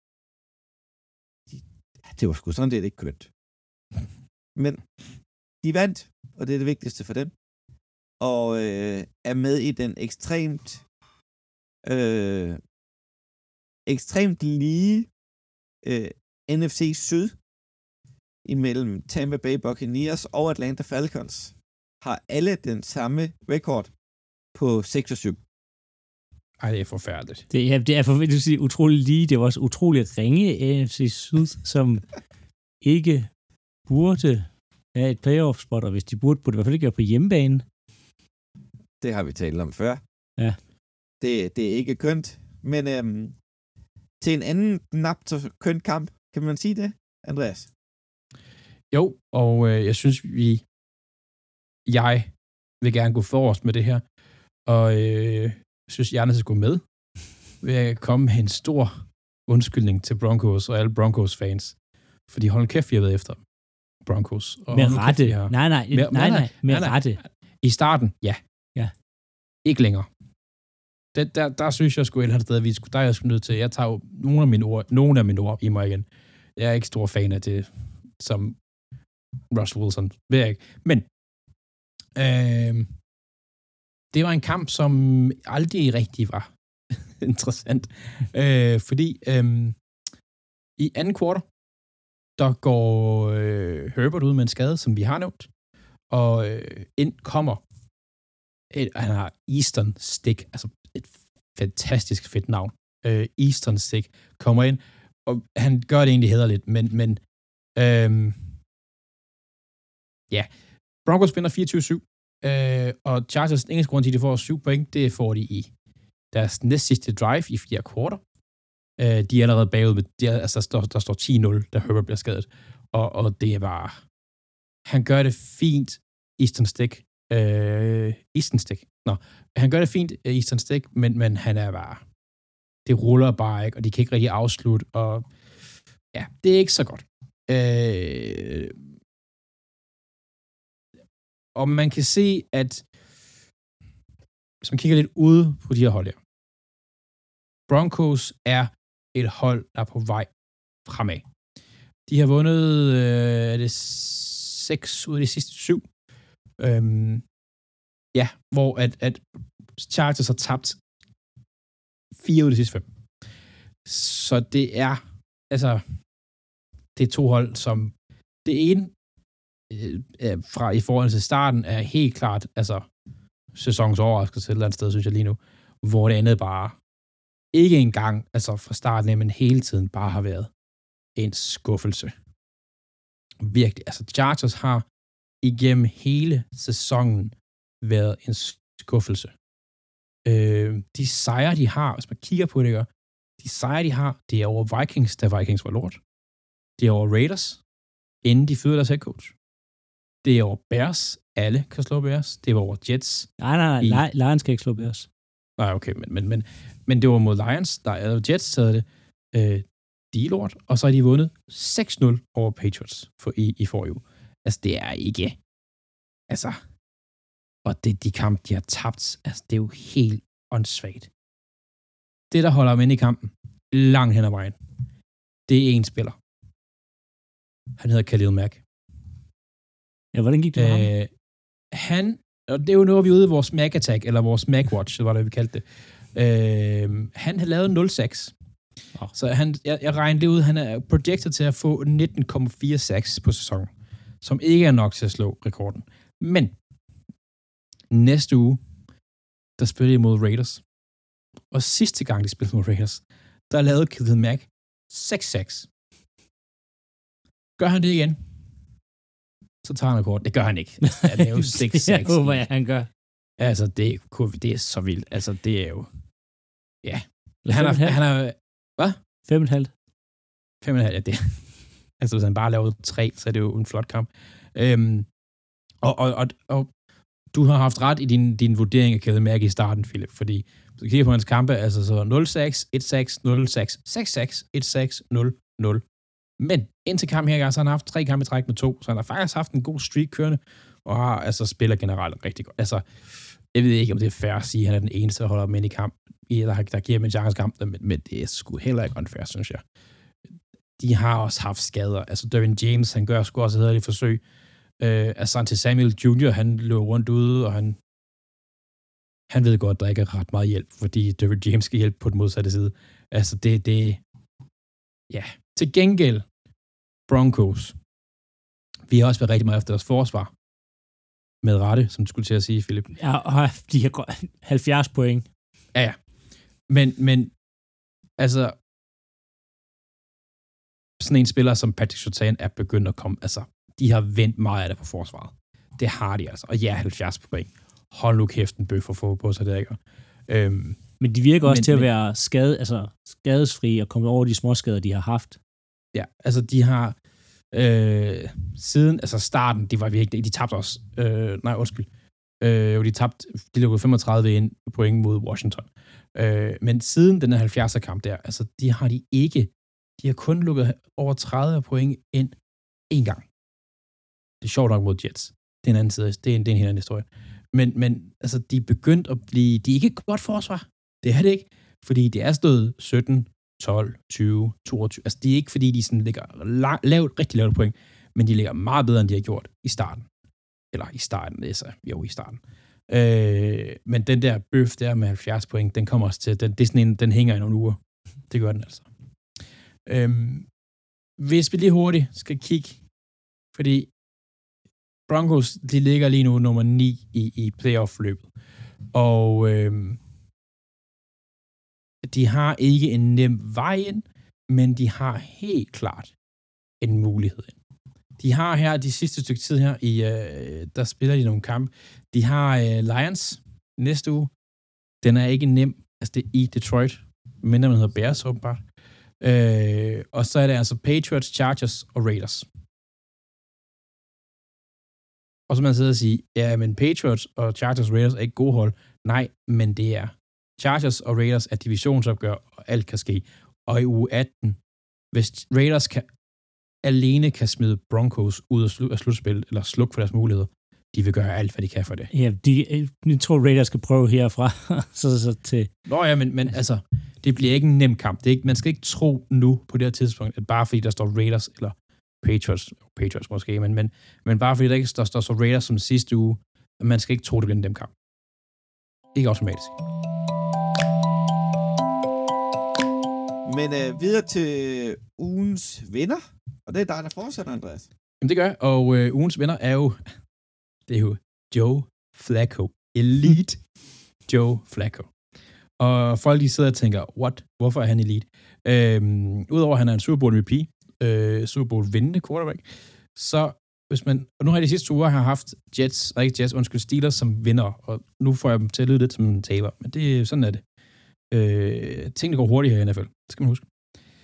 De, det var sgu sådan det ikke kønt. Men de vandt, og det er det vigtigste for dem. Og øh, er med i den ekstremt øh, ekstremt lige øh, N F C Syd imellem Tampa Bay Buccaneers og Atlanta Falcons. Har alle den samme rekord på seks og syv. Ej, det er forfærdeligt. Det er, det er for, det vil sige, utroligt lige. Det var også utroligt ringe N F C Syd, som ikke burde have et playoff-spot, og hvis de burde, burde det i hvert fald ikke være på hjemmebane. Det har vi talt om før. Ja. Det, det er ikke kønt, men øhm, til en anden knap så kønt kamp, kan man sige det, Andreas? Jo, og øh, jeg synes, vi jeg vil gerne gå forrest med det her, og øh, jeg synes, jeg skal gå med ved at komme med en stor undskyldning til Broncos og alle Broncos-fans, fordi hold kæft, vi har været efter Broncos. Og med rette. Har... Nej, nej, med, nej, nej, med nej, nej. rette. I starten, ja. Ja. Ikke længere. Det, der, der synes jeg sgu et eller andet sted, at vi skulle, der er jeg sgu nødt til, jeg tager jo nogle af mine ord, nogle af mine ord i mig igen. Jeg er ikke stor fan af det, som Russ Wilson, ved jeg ikke. Men øh, det var en kamp, som aldrig rigtig var interessant. øh, fordi øh, i anden kvartal, der går øh, Herbert ud med en skade, som vi har nævnt, og øh, ind kommer et, han har Eastern Stick, altså et fantastisk fedt navn. øh, Eastern Stick, kommer ind, og han gør det egentlig hæderligt, men, men øhm, ja, Broncos vinder fireogtyve syv, øh, og Chargers, engelsk grund til, at de får syv point, det får de i deres næstsidste drive i fjerde kvartal. Øh, de er allerede bagud, med, de er, altså, der, står, der står ti nul, da Herbert bliver skadet, og, og det er bare, han gør det fint, Eastern Stick, øh, Eastern Stick, nå, han gør det fint, Eastern Stick, men, men han er bare, det ruller bare ikke, og de kan ikke rigtig afslutte, og ja, det er ikke så godt. Øh, og man kan se, at hvis man kigger lidt ude på de her hold her, Broncos er et hold, der er på vej fremad. De har vundet øh, er det seks ud af de sidste syv. Øhm, ja, hvor at, at Chargers har tabt fire ud af de sidste fem. Så det er, altså, det er to hold, som det ene øh, fra i forhold til starten er helt klart, altså, sæsonens overraskelse et eller andet sted, synes jeg lige nu, hvor det andet bare ikke engang, altså fra starten af, men hele tiden bare har været en skuffelse. Virkelig, altså Chargers har igennem hele sæsonen været en skuffelse. Øh, de sejre, de har, hvis man kigger på det, de sejre, de har, det er over Vikings, da Vikings var lort. Det er over Raiders, inden de fødte deres head coach. Det er over Bears, alle kan slå Bears. Det var over Jets. Nej, nej, nej, i... Lions kan ikke slå Bears. Nej, okay, men, men, men, men det var mod Lions, der er Jets, så det, øh, de er lort, og så har de vundet seks nul over Patriots for, i, i forrige uge. Altså, det er ikke, altså, og det, de kampe, de har tabt, altså, det er jo helt åndssvagt. Det, der holder dem inde i kampen, langt hen ad vejen, det er en spiller. Han hedder Khalil Mack. Ja, hvordan gik det med øh, ham? Han, og det er jo noget, vi er ude i vores Mac Attack, eller vores Mac Watch, det var det, vi kaldte det. Øh, han har lavet nul seks. Oh. Så han, jeg, jeg regner det ud, han er projected til at få nitten komma fireogtres på sæsonen, som ikke er nok til at slå rekorden. Men næste uge, der spiller de mod Raiders. Og sidste gang, de spillede mod Raiders, der lavede Khalil Mack seks seks. Gør han det igen, så tager han rekord. Det gør han ikke. Ja, det er jo seks seks. Jeg håber, jeg, han gør. Altså, det, det er så vildt. Altså, det er jo... Ja. Han er... Han er hvad? Fem og et halvt. Fem og et halvt, ja, det. Altså, hvis han bare laver tre, så er det jo en flot kamp. Øhm, og, og, og, og du har haft ret i din, din vurdering af Khalil Mack i starten, Philip, fordi hvis du kigger på hans kampe, altså så nul seks, et seks, nul seks, seks seks, et seks, nul nul. Men indtil kampen her, så har han haft tre kampe i træk med to, så han har faktisk haft en god streak kørende, og har altså spiller generelt rigtig godt. Altså, jeg ved ikke, om det er fair at sige, at han er den eneste, der holder mænd i kamp, der, der giver dem en chance kamp, men, men det er sgu heller ikke unfair, synes jeg. De har også haft skader. Altså, Derwin James, han gør sgu også et hederligt forsøg. Uh, Asante Samuel junior, han løber rundt ude, og han han ved godt, der ikke er ret meget hjælp, fordi Derwin James skal hjælpe på den modsatte side. Altså, det, det, ja. Til gengæld, Broncos. Vi har også været rigtig meget efter deres forsvar. Med rette, som du skulle til at sige, Philip. Ja, og de har halvfjerds point. Ja, ja. Men, men, altså, sådan en spiller som Patrick Surtain er begyndt at komme, altså, de har vendt meget af det på forsvaret. Det har de altså. Og ja, halvfjerds point. Hold nu kæft en bøf for at få på sig, det ikke. Øhm, men de virker også men, til at men, være skade, altså, skadesfri og komme over de små skader, de har haft. Ja, altså de har øh, siden, altså starten, de var virkelig, de tabte også, øh, nej undskyld, øh, de tabte, de lukkede femogtredive ind point mod Washington. Øh, men siden den her halvfjerdser kamp der, altså de har de ikke, de har kun lukket over tredive point ind en gang. Det er sjovt nok mod Jets. Det er en anden side, det er en, det er en helt anden historie. Men, men altså, de er begyndt at blive, de er ikke et godt forsvar. Det er det ikke, fordi det er stået sytten, tolv, tyve, toogtyve. Altså, det er ikke, fordi de sådan ligger la- lavt, rigtig lavt point, men de ligger meget bedre, end de har gjort i starten. Eller i starten, altså, jo, i starten. Øh, men den der bøf der med halvfjerds point, den kommer også til, den, det er sådan en, den hænger i nogle uger. Det gør den altså. Øh, hvis vi lige hurtigt skal kigge, fordi Broncos, de ligger lige nu nummer ni i, i playoff-løbet. Og øh, de har ikke en nem vej ind, men de har helt klart en mulighed ind. De har her de sidste stykke tid her, i, øh, der spiller de nogle kampe. De har øh, Lions næste uge. Den er ikke nem. Altså det er i Detroit. Mindre man hedder Bears, åbenbart. Øh, og så er det altså Patriots, Chargers og Raiders. Og så man sidder og siger, ja, men Patriots og Chargers og Raiders er ikke gode hold. Nej, men det er. Chargers og Raiders er divisionsopgør, og alt kan ske. Og i uge atten, hvis Raiders kan, alene kan smide Broncos ud af, slu- af slutspillet, eller slukke for deres muligheder, de vil gøre alt, hvad de kan for det. Ja, de, jeg tror, Raiders skal prøve herfra, så, så til... Nå ja, men, men altså, det bliver ikke en nem kamp. Det er ikke, man skal ikke tro nu, på det her tidspunkt, at bare fordi der står Raiders, eller Patriots, Patriots måske, men, men, men bare fordi der ikke står, står så Raiders som sidste uge, at man skal ikke tro, det bliver en nem kamp. Ikke automatisk. Men øh, videre til ugens vinder, og det er dig, der fortsætter, Andreas. Jamen det gør jeg, og øh, ugens vinder er jo, det er jo Joe Flacco. Elite Joe Flacco. Og folk de sidder og tænker, what? Hvorfor er han elite? Øhm, Udover at han er en Super Bowl M V P, øh, Super Bowl vindende quarterback, så hvis man, og nu har jeg de sidste uger har haft Jets, og ikke Jets, undskyld, Steelers som vinder, og nu får jeg dem til at lyde lidt som en taber, men det, sådan er det. Øh, tingene går hurtigt her i N F L, det skal man huske.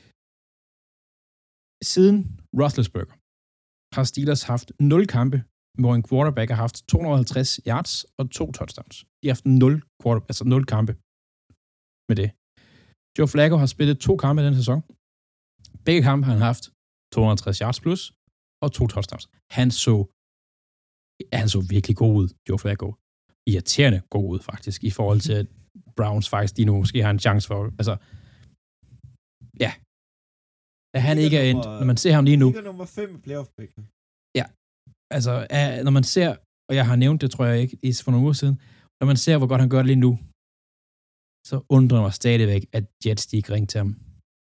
Siden Roethlisberger har Steelers haft nul kampe, hvor en quarterback har haft to hundrede og halvtreds yards og to touchdowns. De har haft nul, quarter, altså nul kampe med det. Joe Flacco har spillet to kampe i den sæson. Begge kampe har han haft to hundrede og halvtreds yards plus og to touchdowns. Han så, han så virkelig god ud, Joe Flacco. Irriterende god ud, faktisk, i forhold til, at Browns faktisk, de nu måske har en chance for, altså, ja. At han ikke er endt, når man ser ham lige nu. Ligger nummer fem i playoff-pick. Ja, altså, når man ser, og jeg har nævnt det, tror jeg ikke, for nogle uger siden, når man ser, hvor godt han gør det lige nu, så undrer mig stadigvæk, at Jets, de ikke ringte til ham.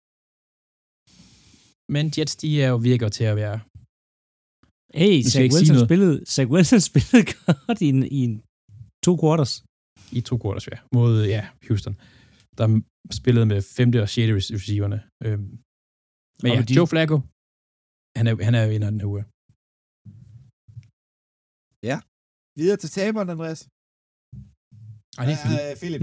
Men Jets, de er jo virker til at være... Hey, Zach Wilson spillede, Zach Wilson spillede godt i, en, i en to quarters. I to quarters, ja. Mod, ja, Houston. Der spillede med femte og sjette receiverne. Øhm. Men ja, de... Joe Flacco, han er, han er vinder den her uge. Ja. Videre til taberen, Andreas. Ej, det er Philip. Uh, Philip.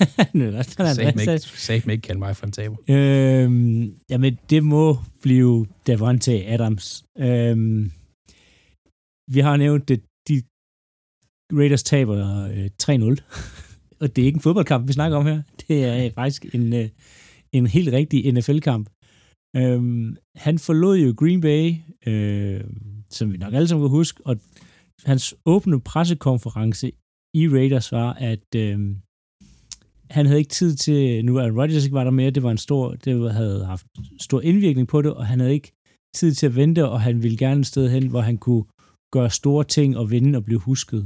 Sag mig ikke kalde mig for en taber. Øhm, jamen, det må blive Davante Adams. Øhm, vi har nævnt, at de Raiders taber øh, tre nul. Og det er ikke en fodboldkamp, vi snakker om her. Det er faktisk en, øh, en helt rigtig N F L-kamp. Øhm, han forlod jo Green Bay, øh, som vi nok alle sammen kan huske, og hans åbne pressekonference i Raiders var, at øh, han havde ikke tid til, nu at Rodgers ikke var der mere, det var en stor, det havde haft stor indvirkning på det, og han havde ikke tid til at vente, og han ville gerne et sted hen, hvor han kunne gøre store ting og vinde og blive husket.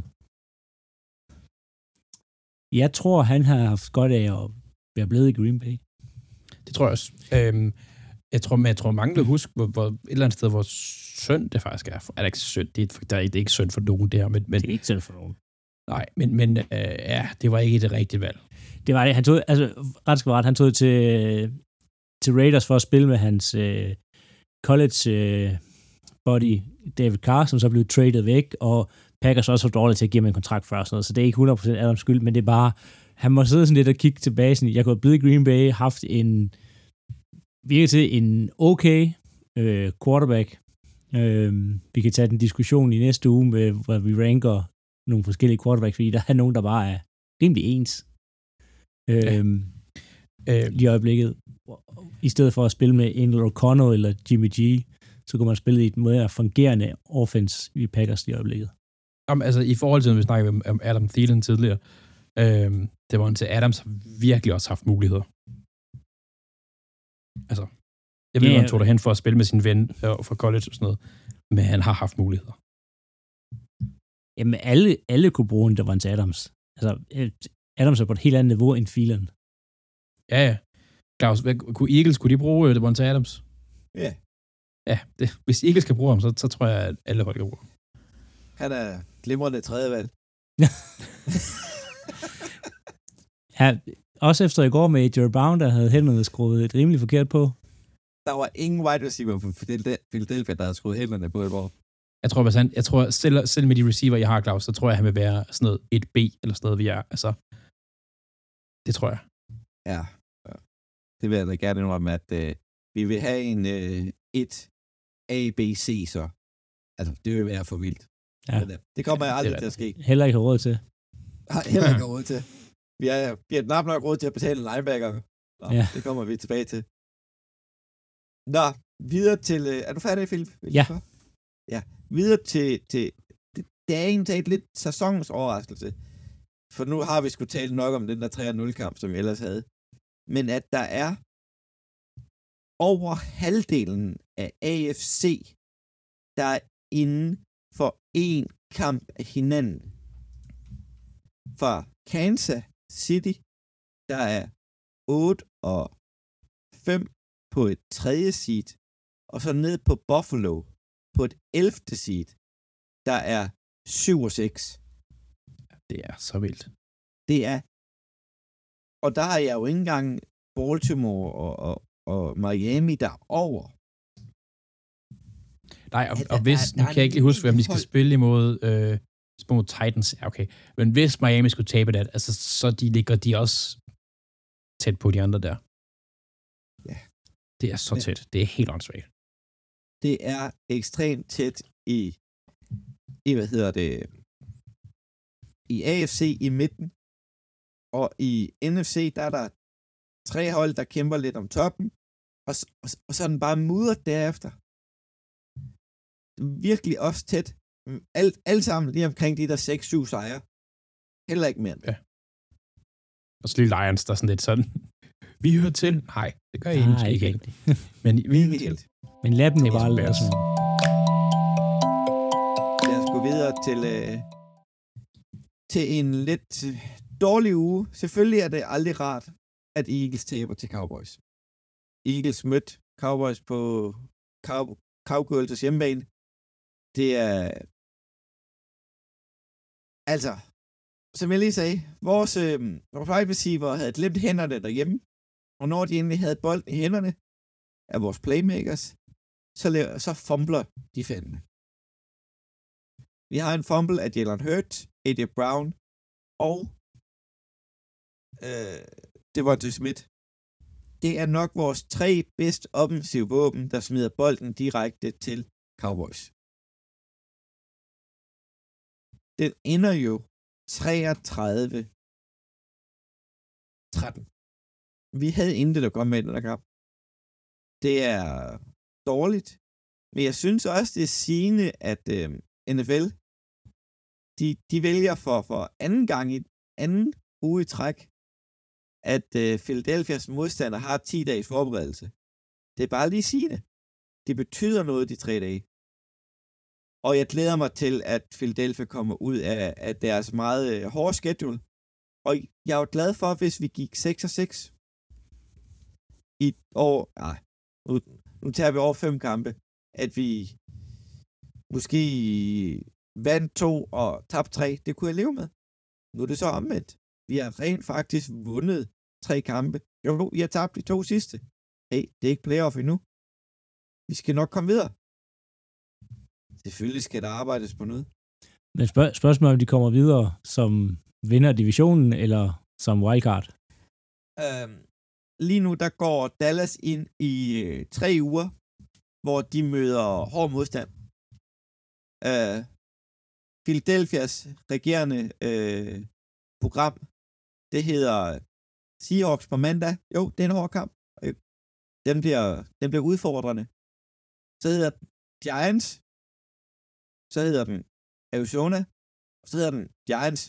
Jeg tror, han har haft godt af at være blevet i Green Bay. Det tror jeg også. Øhm, jeg, tror, men jeg tror, mange vil huske, hvor, hvor, et eller andet sted, hvor synd det faktisk er. Er det ikke synd? Det er, der er, det er ikke synd for nogen, det her. Men, men, det er ikke synd for nogen. Nej, men, men øh, ja, det var ikke det rigtige valg. Det var det. Han tog, altså, ret skal være ret, han tog til, til Raiders for at spille med hans øh, college øh, buddy David Carr, som så blev traded væk, og Packers også var dårligt til at give ham en kontrakt før, sådan noget, så det er ikke hundrede procent Adams skyld, men det er bare, han må sidde sådan lidt og kigge tilbage, sådan, jeg kunne have blevet i Green Bay, haft en, virkelig til en okay øh, quarterback. Øh, vi kan tage den diskussion i næste uge, med, hvor vi ranker nogle forskellige quarterbacks, fordi der er nogen, der bare er rimelig ens. Øh, ja. øh, lige i øjeblikket. I stedet for at spille med Angelo O'Connor eller Jimmy G, så kunne man spille i et mere fungerende offense i Packers i øjeblikket. Jamen, altså, i forhold til, når vi snakkede om Adam Thielen tidligere, øh, det var til Adams har virkelig også haft muligheder. Altså, jeg ved, yeah. han tog derhen for at spille med sin ven fra college og sådan noget, men han har haft muligheder. Jamen, alle, alle kunne bruge en Davante Adams. Altså, Adams er på et helt andet niveau end Thielen. Ja, ja. Claus, hvad, kunne Eagles, kunne de bruge Davante Adams? Ja. Yeah. Ja, det, hvis Eagles kan bruge ham, så, så tror jeg, at alle hold kan bruge ham. Han er glimrende tredje valg. Ja, også efter i går med A J Brown, der havde hænderne skruet et rimelig forkert på. Der var ingen wide receiver for Philadelphia, der havde skruet hænderne på et år. Jeg tror, hvis han, jeg tror selv, selv med de receiver, jeg har, Claus, så tror jeg, han vil være sådan noget et B, eller sådan noget, vi er. Altså, det tror jeg. Ja, ja. Det vil jeg da gerne indrømme, at øh, vi vil have en øh, et A, B, C, så. Altså, det vil være for vildt. Ja. Men, øh, det kommer jeg aldrig til at ske. Heller ikke har råd til. Har heller ikke råd til. Vi har, vi har knap nok råd til at betale en linebacker. Nå, ja. Det kommer vi tilbage til. Nå, videre til... Øh, er du færdig, Philip? Ja. Ja, videre til... til det, det er egentlig et lidt sæsonens overraskelse. For nu har vi sgu talt nok om den der tre nul kamp, som vi ellers havde. Men at der er over halvdelen af A F C, der er inden for én kamp af hinanden. Fra Kansas City, der er otte og fem på et tredje seed, og så ned på Buffalo på et ellevte seed, der er syv og seks. Det er så vildt. Det er, og der er jeg jo ikke engang Baltimore og, og, og Miami derover. Nej, og, Ja, og hvis, der, nu der kan jeg ikke lige huske, hvem de skal spille imod, øh, mod Titans, ja, okay. Men hvis Miami skulle tabe det, altså, så de ligger de også tæt på de andre der. Ja. Det er så tæt. Det er helt åndssvagt. Det er ekstremt tæt i, i hvad hedder det, i A F C i midten, og i N F C, der er der tre hold, der kæmper lidt om toppen, og, og, og så er den bare mudret derefter. Virkelig også tæt. Alt, alt sammen lige omkring de der seks syv sejre. Heller ikke mere. Ja. Og så lige Lions, der er sådan lidt sådan, vi hører til. Nej, det gør I Nej, måske ikke. ikke. Men vi hører til. Men lad dem jo bare lade sådan. Lad os gå videre til, øh, til en lidt dårlig uge. Selvfølgelig er det aldrig rart, at Eagles taber til Cowboys. Eagles mødte Cowboys på Cow- Cowgirls hjemmebane. Det er... Altså, som jeg lige sagde, vores, øh, vores wide receiver havde glemt hænderne derhjemme, og når de endelig havde bolden i hænderne af vores playmakers, så, laver, så fumbler de fandme. Vi har en fumble af Jalen Hurts, A J Brown og øh, Devonta Smith. Det er nok vores tre bedste offensive våben, der smider bolden direkte til Cowboys. Den ender jo treogtredive tretten. Vi havde intet at gøre med den der kamp. Det er dårligt, men jeg synes også, det er sigende, at øh, N F L, de, de vælger for, for anden gang i anden uge i træk, at øh, Philadelphias modstander har ti dages forberedelse. Det er bare lige sigende. Det betyder noget de tre dage. Og jeg glæder mig til, at Philadelphia kommer ud af, af deres meget øh, hårde schedule. Og jeg er jo glad for, hvis vi gik seks og seks i år. Nej, nu, nu tager vi over fem kampe. At vi måske vandt to og tabte tre. Det kunne jeg leve med. Nu er det så omvendt. Vi har rent faktisk vundet tre kampe. Jo, vi har tabt de to sidste. Hey, det er ikke playoff endnu. Vi skal nok komme videre. Selvfølgelig skal der arbejdes på noget. Men spørg- spørgsmålet er, om de kommer videre som vinder divisionen, eller som wildcard? Øhm, lige nu, der går Dallas ind i øh, tre uger, hvor de møder hård modstand. Øh, Philadelphias regerende øh, program, det hedder Seahawks på mandag. Jo, det er en hård kamp. Den bliver, den bliver udfordrende. Så hedder Giants. Så hedder den Arizona. Og så hedder den Giants.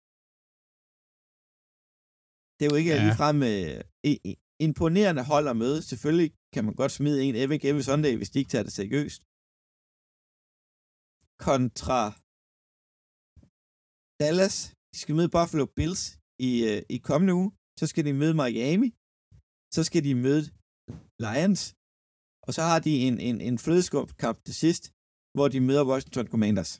Det er jo ikke ja. ligefrem øh, imponerende hold at møde. Selvfølgelig kan man godt smide en every every Sunday, hvis de ikke tager det seriøst. Kontra Dallas. De skal møde Buffalo Bills i, øh, i kommende uge. Så skal de møde Miami. Så skal de møde Lions. Og så har de en, en, en flødeskump-kamp til sidst, hvor de møder Washington Commanders.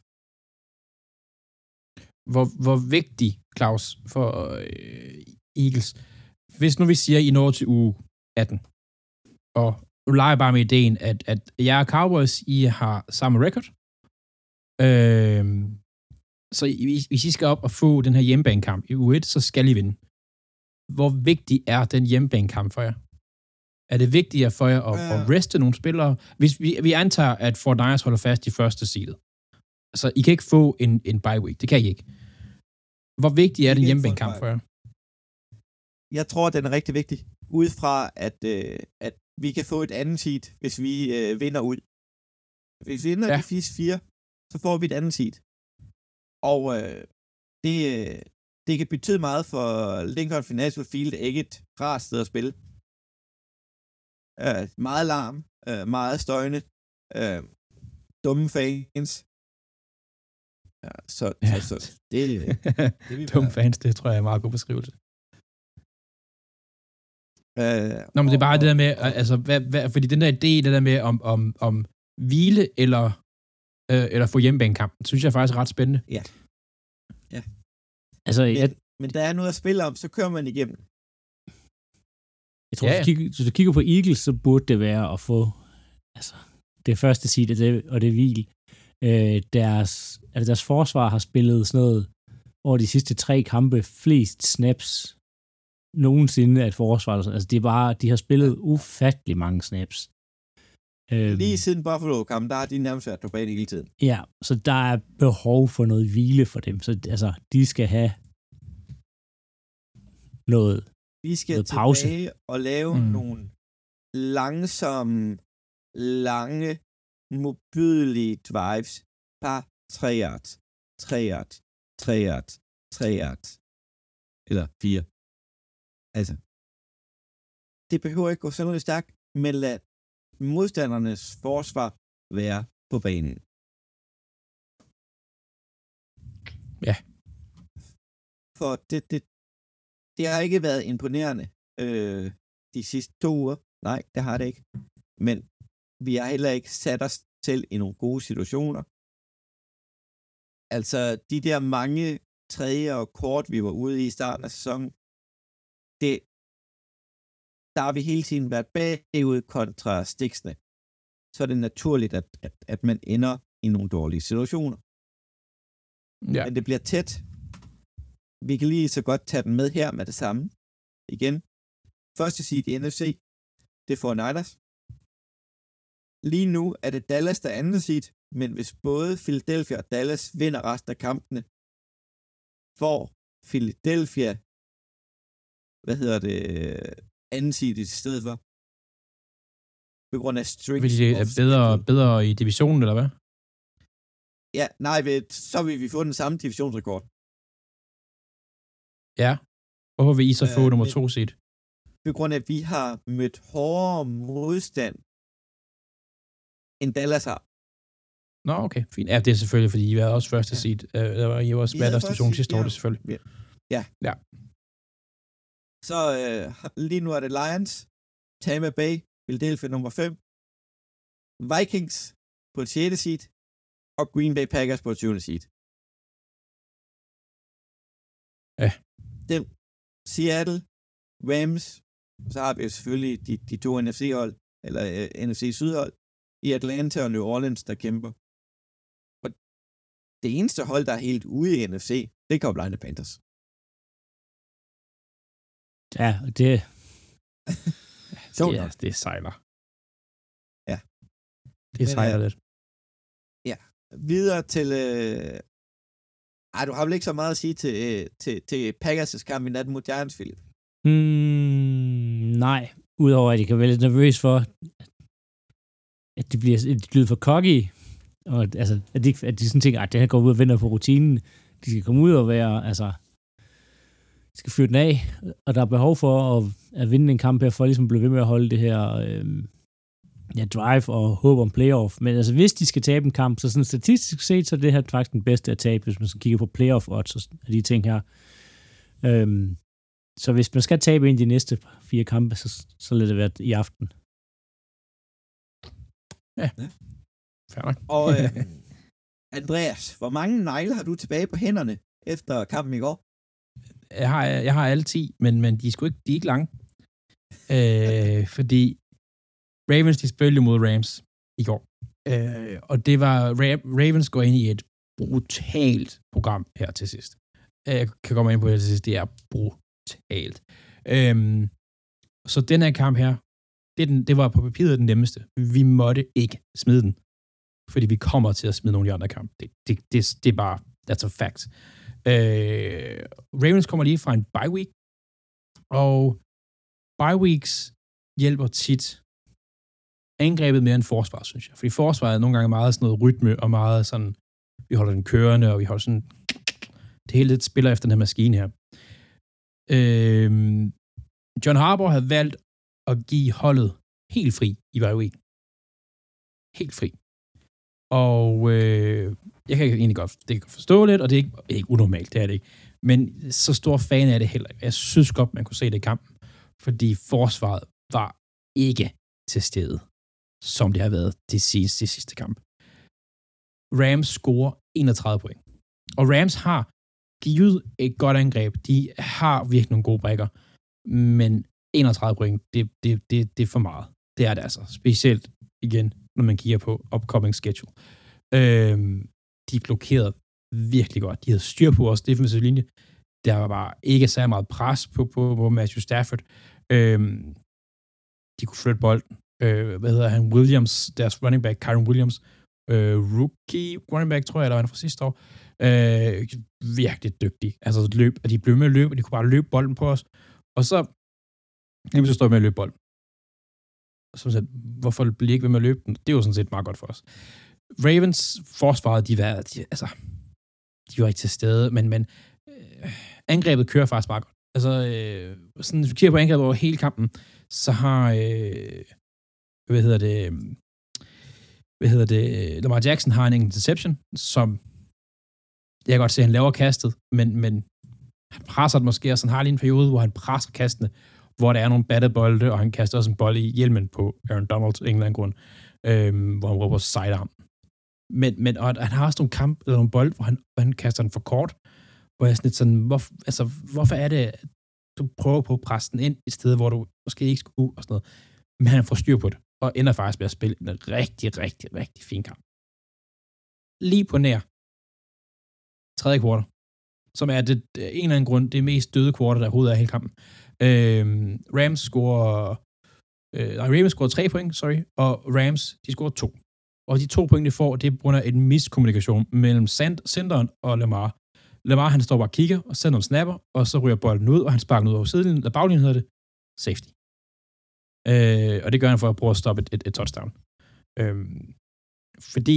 Hvor, hvor vigtig, Claus, for øh, Eagles, hvis nu vi siger, I når til uge atten, og nu leger jeg bare med ideen, at, at jeg og Cowboys, I har samme record, øh, så hvis I skal op og få den her hjemmebanekamp i uge et, så skal I vinde. Hvor vigtig er den hjemmebanekamp for jer? Er det vigtigere for jer at, ja. at reste nogle spillere? Hvis vi, vi antager, at Fort Niners holder fast i første seedet. Altså, I kan ikke få en, en bye week. Det kan I ikke. Hvor vigtig er den hjemmebanekamp for jer? Jeg tror, den er rigtig vigtig. Ud fra, at, øh, at vi kan få et andet seed, hvis vi øh, vinder ud. Hvis vi vinder ja. de sidste fire, så får vi et andet seed. Og øh, det, øh, det kan betyde meget for Lincoln Financial Field, ikke et rart sted at spille. Øh, meget larm, øh, meget støjende, øh, dumme fans. Ja, så, ja. så, så det, det vi dumme fans, det tror jeg er en meget god beskrivelse. Øh, Nå, men det er bare og, det der med, og, altså, hvad, hvad, fordi den der idé, det der med om, om, om hvile eller, øh, eller få hjemmebanekampen, synes jeg faktisk er ret spændende. Ja. Ja. Altså, men, jeg, men der er noget at spille om, så kører man igennem. Jeg tror, ja, ja. ja. Hvis, du kigger, hvis du kigger på Eagles, så burde det være at få altså, det første seed, og det, og det hvil. Øh, deres, altså deres forsvar har spillet sådan noget over de sidste tre kampe flest snaps nogensinde af et forsvar. Altså, det er bare, de har spillet ufattelig mange snaps. Øhm, Lige siden Buffalo-kampen, der har de nærmest været på banen hele tiden. Ja, så der er behov for noget hvile for dem. Så altså, de skal have noget Vi skal noget pause. tilbage og lave mm. nogle langsomme, lange, modbydelige drives. Par tre yards, tre yards, tre yards, tre yards. Eller fire. Altså, det behøver ikke gå sådan noget stærkt, men lad modstandernes forsvar være på banen. Ja. For det, det, det har ikke været imponerende øh, de sidste to uger. Nej, det har det ikke. Men vi har heller ikke sat os selv i nogle gode situationer. Altså, de der mange tredje og kort, vi var ude i i starten af sæsonen, det, der har vi hele tiden været bagud kontra stiksene. Så er det naturligt, at, at, at man ender i nogle dårlige situationer. Ja. Men det bliver tæt. Vi kan lige så godt tage den med her med det samme. Igen. Første seed i N F C, det får Niners. Lige nu er det Dallas, der er anden seed, men hvis både Philadelphia og Dallas vinder resten af kampene, får Philadelphia, hvad hedder det, anden seed i stedet for. På grund af strength. Vil de er bedre, bedre i divisionen, eller hvad? Ja, nej, så vil vi få den samme divisionsrekord. Ja. Hvorfor vil I så få øh, nummer men, to seed? På grund af, at vi har mødt hårdere modstand, end Dallas har. Nå, okay, fint. Ja, det er selvfølgelig, fordi I var også første ja. seed. Uh, der var I var også været deres division sidste år, det selvfølgelig. Ja. Ja. ja. Så øh, lige nu er det Lions, Tampa Bay, Philadelphia nummer fem, Vikings på et sjette seed, og Green Bay Packers på et syvende seed. Ja. Dem, Seattle, Rams, så har vi selvfølgelig de, de to N F C-hold, eller uh, N F C-sydhold, i Atlanta og New Orleans, der kæmper. Og det eneste hold, der er helt ude i N F C, det er Carolina Panthers. Ja, det... Så ja, det sejler. Ja. Det sejler lidt. Ja. Videre til... Øh... Ej, du har vel ikke så meget at sige til, øh, til, til Packers' kamp i natten mod Giants, Philip? Hmm, nej. Udover at jeg kan være lidt nervøs for, at de bliver, at de bliver for cocky, og altså, at de, at de sådan tænker, at det her går ud og vender på rutinen. De skal komme ud og være, altså, de skal fyre den af, og der er behov for at, at vinde en kamp her, for at ligesom blive ved med at holde det her øh, ja, drive og håb om playoff. Men altså, hvis de skal tabe en kamp, så sådan statistisk set, så er det her faktisk den bedste at tabe, hvis man så kigger på playoff odds og de ting her. Øhm, så hvis man skal tabe ind de næste fire kampe, så, så lader det være i aften. Ja, fair nok. Og øh, Andreas, hvor mange negle har du tilbage på hænderne efter kampen i går? jeg har, jeg har alle ti, men, men de er sgu ikke, de er ikke lange. Øh, fordi Ravens, de spillede mod Rams i går. Øh, og det var, Ravens går ind i et brutalt program her til sidst. Jeg kan komme ind på det til sidst, det er brutalt. Øh, så den her kamp her, det, den, det var på papiret den nemmeste. Vi måtte ikke smide den, fordi vi kommer til at smide nogle af de andre kampe. Det, det, det, det er bare, that's a fact. Øh, Ravens kommer lige fra en bye week, og bye weeks hjælper tit angrebet mere end forsvaret, synes jeg. Fordi forsvaret er nogle gange meget sådan noget rytme, og meget sådan, vi holder den kørende, og vi holder sådan, det hele lidt spiller efter den her maskine her. Øh, John Harbaugh havde valgt at give holdet helt fri i bye week. Helt fri. Og øh, jeg kan egentlig godt, det kan forstå lidt, og det er ikke, ikke unormalt, det er det ikke. Men så stor fan er det heller ikke. Jeg synes godt, man kunne se det i kampen, fordi forsvaret var ikke til stede, som det har været de sidste, de sidste kamp. Rams scorer enogtredive point. Og Rams har givet et godt angreb. De har virkelig nogle gode brækker, men enogtredive point, det, det, det, det er for meget. Det er det altså. Specielt igen, når man kigger på upcoming schedule. Øhm, de blokerede virkelig godt. De havde styr på vores defensive linje. Der var bare ikke så meget pres på, på, på Matthew Stafford. Øhm, de kunne flytte bolden. Øh, hvad hedder han? Williams, deres running back, Kyron Williams, øh, rookie running back, tror jeg, der var han fra sidste år. Øh, virkelig dygtig. Altså løb, og de blev med at løbe, og de kunne bare løbe bolden på os. Og så, jamen, så står vi med at løbe bolden. Så sagde, hvorfor bliver I ikke ved med at løbe den? Det er jo sådan set meget godt for os. Ravens forsvaret, de var, de, altså, de var ikke til stede, men, men øh, angrebet kører faktisk meget godt. Altså, øh, sådan, hvis vi kigger på angrebet over hele kampen, så har, øh, hvad hedder det, hvad hedder det, Lamar Jackson har en interception, som, jeg kan godt se, at han laver kastet, men, men han presser det måske, og så han har lige en periode, hvor han presser kastene, hvor der er nogle battede bolde, og han kaster også en bold i hjelmen på Aaron Donald, en eller anden grund, øhm, hvor han råber sidearm. Men, men og han har også nogle kamp, eller nogle bold, hvor han, hvor han kaster den for kort, hvor jeg er sådan lidt sådan, hvor, altså, hvorfor er det, du prøver på at presse den ind et sted, hvor du måske ikke skulle, og sådan noget. Men han får styr på det, og ender faktisk med at spille en rigtig, rigtig, rigtig fin kamp. Lige på nær tredje kvartal, som er det, en eller anden grund, det mest døde kvartal, der overhovedet er hele kampen. Øh, Rams scorer øh, nej, Ravens scorer tre point, sorry, og Rams, de scorer to. Og de to point, de får, det er på grund af en miskommunikation mellem centeren og Lamar. Lamar, han står bare og kigger, og sender en snapper, og så ryger bolden ud, og han sparker den ud over sidelinjen, eller baglinjen hedder det, safety. Øh, og det gør han for at prøve at stoppe et, et, et touchdown. Øh, fordi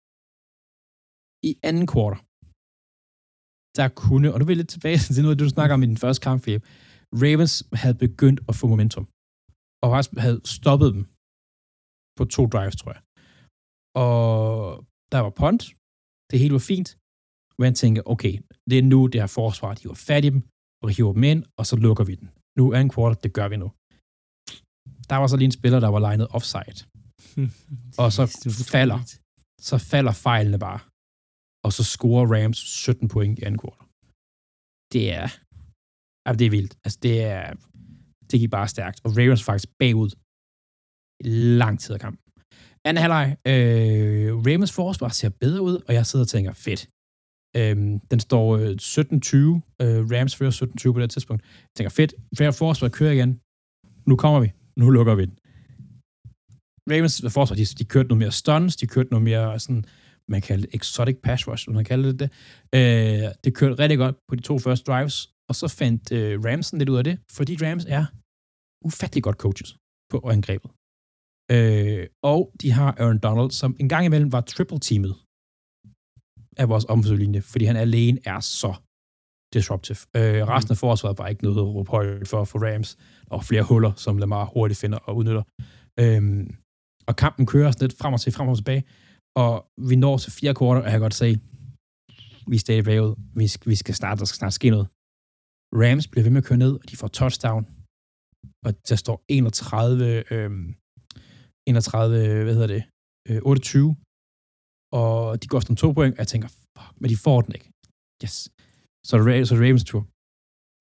i anden kvartal, der kunne, og nu vil jeg lidt tilbage til noget, du snakker om i den første kamp, Philip. Ravens havde begyndt at få momentum, og faktisk havde stoppet dem på to drives, tror jeg. Og der var punt, det hele var fint, og man tænker, okay, det er nu, det her forsvar, de var fat i dem, og hiver dem ind, og så lukker vi den. Nu er en quarter, det gør vi nu. Der var så lige en spiller, der var legnet offside. Og så falder, så falder fejlene bare. Og så scorer Rams sytten point i anden kvartal. Det er, altså det er vildt. Altså det er, det gik bare stærkt. Og Ravens faktisk bagud lang tid af kampen. Anden halvleg, øh, Ravens forsvar ser bedre ud, og jeg sidder og tænker, fedt. Øhm, den står øh, sytten tyve, øh, Rams fører sytten tyve på det tidspunkt. Jeg tænker, fedt, færre forsvar kører igen. Nu kommer vi. Nu lukker vi den. Ravens forsvar, de, de kørte noget mere stunts, de kørte noget mere sådan, man kalder det exotic pass rush, man kalder det det. Øh, det kørte rigtig godt på de to første drives, og så fandt øh, Ramsen lidt ud af det, fordi Rams er ufattelig godt coaches på angrebet. Øh, og de har Aaron Donald, som en gang imellem var triple-teamet af vores offensive linje, fordi han alene er så disruptive. Øh, resten af forsvaret var ikke noget at råbe højt for for Rams, og flere huller, som Lamar hurtigt finder og udnytter. Øh, og kampen kører sådan lidt frem og tilbage, frem og tilbage, og vi når til fire kvarter, og jeg kan godt se, vi er stadig bagud, vi skal, vi skal snart, der skal snart ske noget. Rams bliver ved med at køre ned, og de får touchdown, og der står enogtredive, øh, enogtredive, hvad hedder det, øh, otteogtyve, og de går sådan to point, og jeg tænker, fuck, men de får den ikke. Yes. Så er det Ravens tur.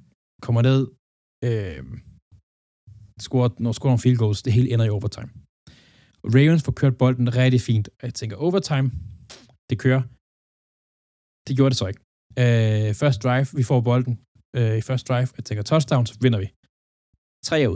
kommer ned, øh, scorer, når scorer nogle field goals, det hele ender i overtime. Ravens får kørt bolden rigtig fint, og jeg tænker, overtime, det kører. Det gjorde det så ikke. Øh, first drive, vi får bolden øh, i first drive, jeg tænker touchdown, så vinder vi. Tre ud.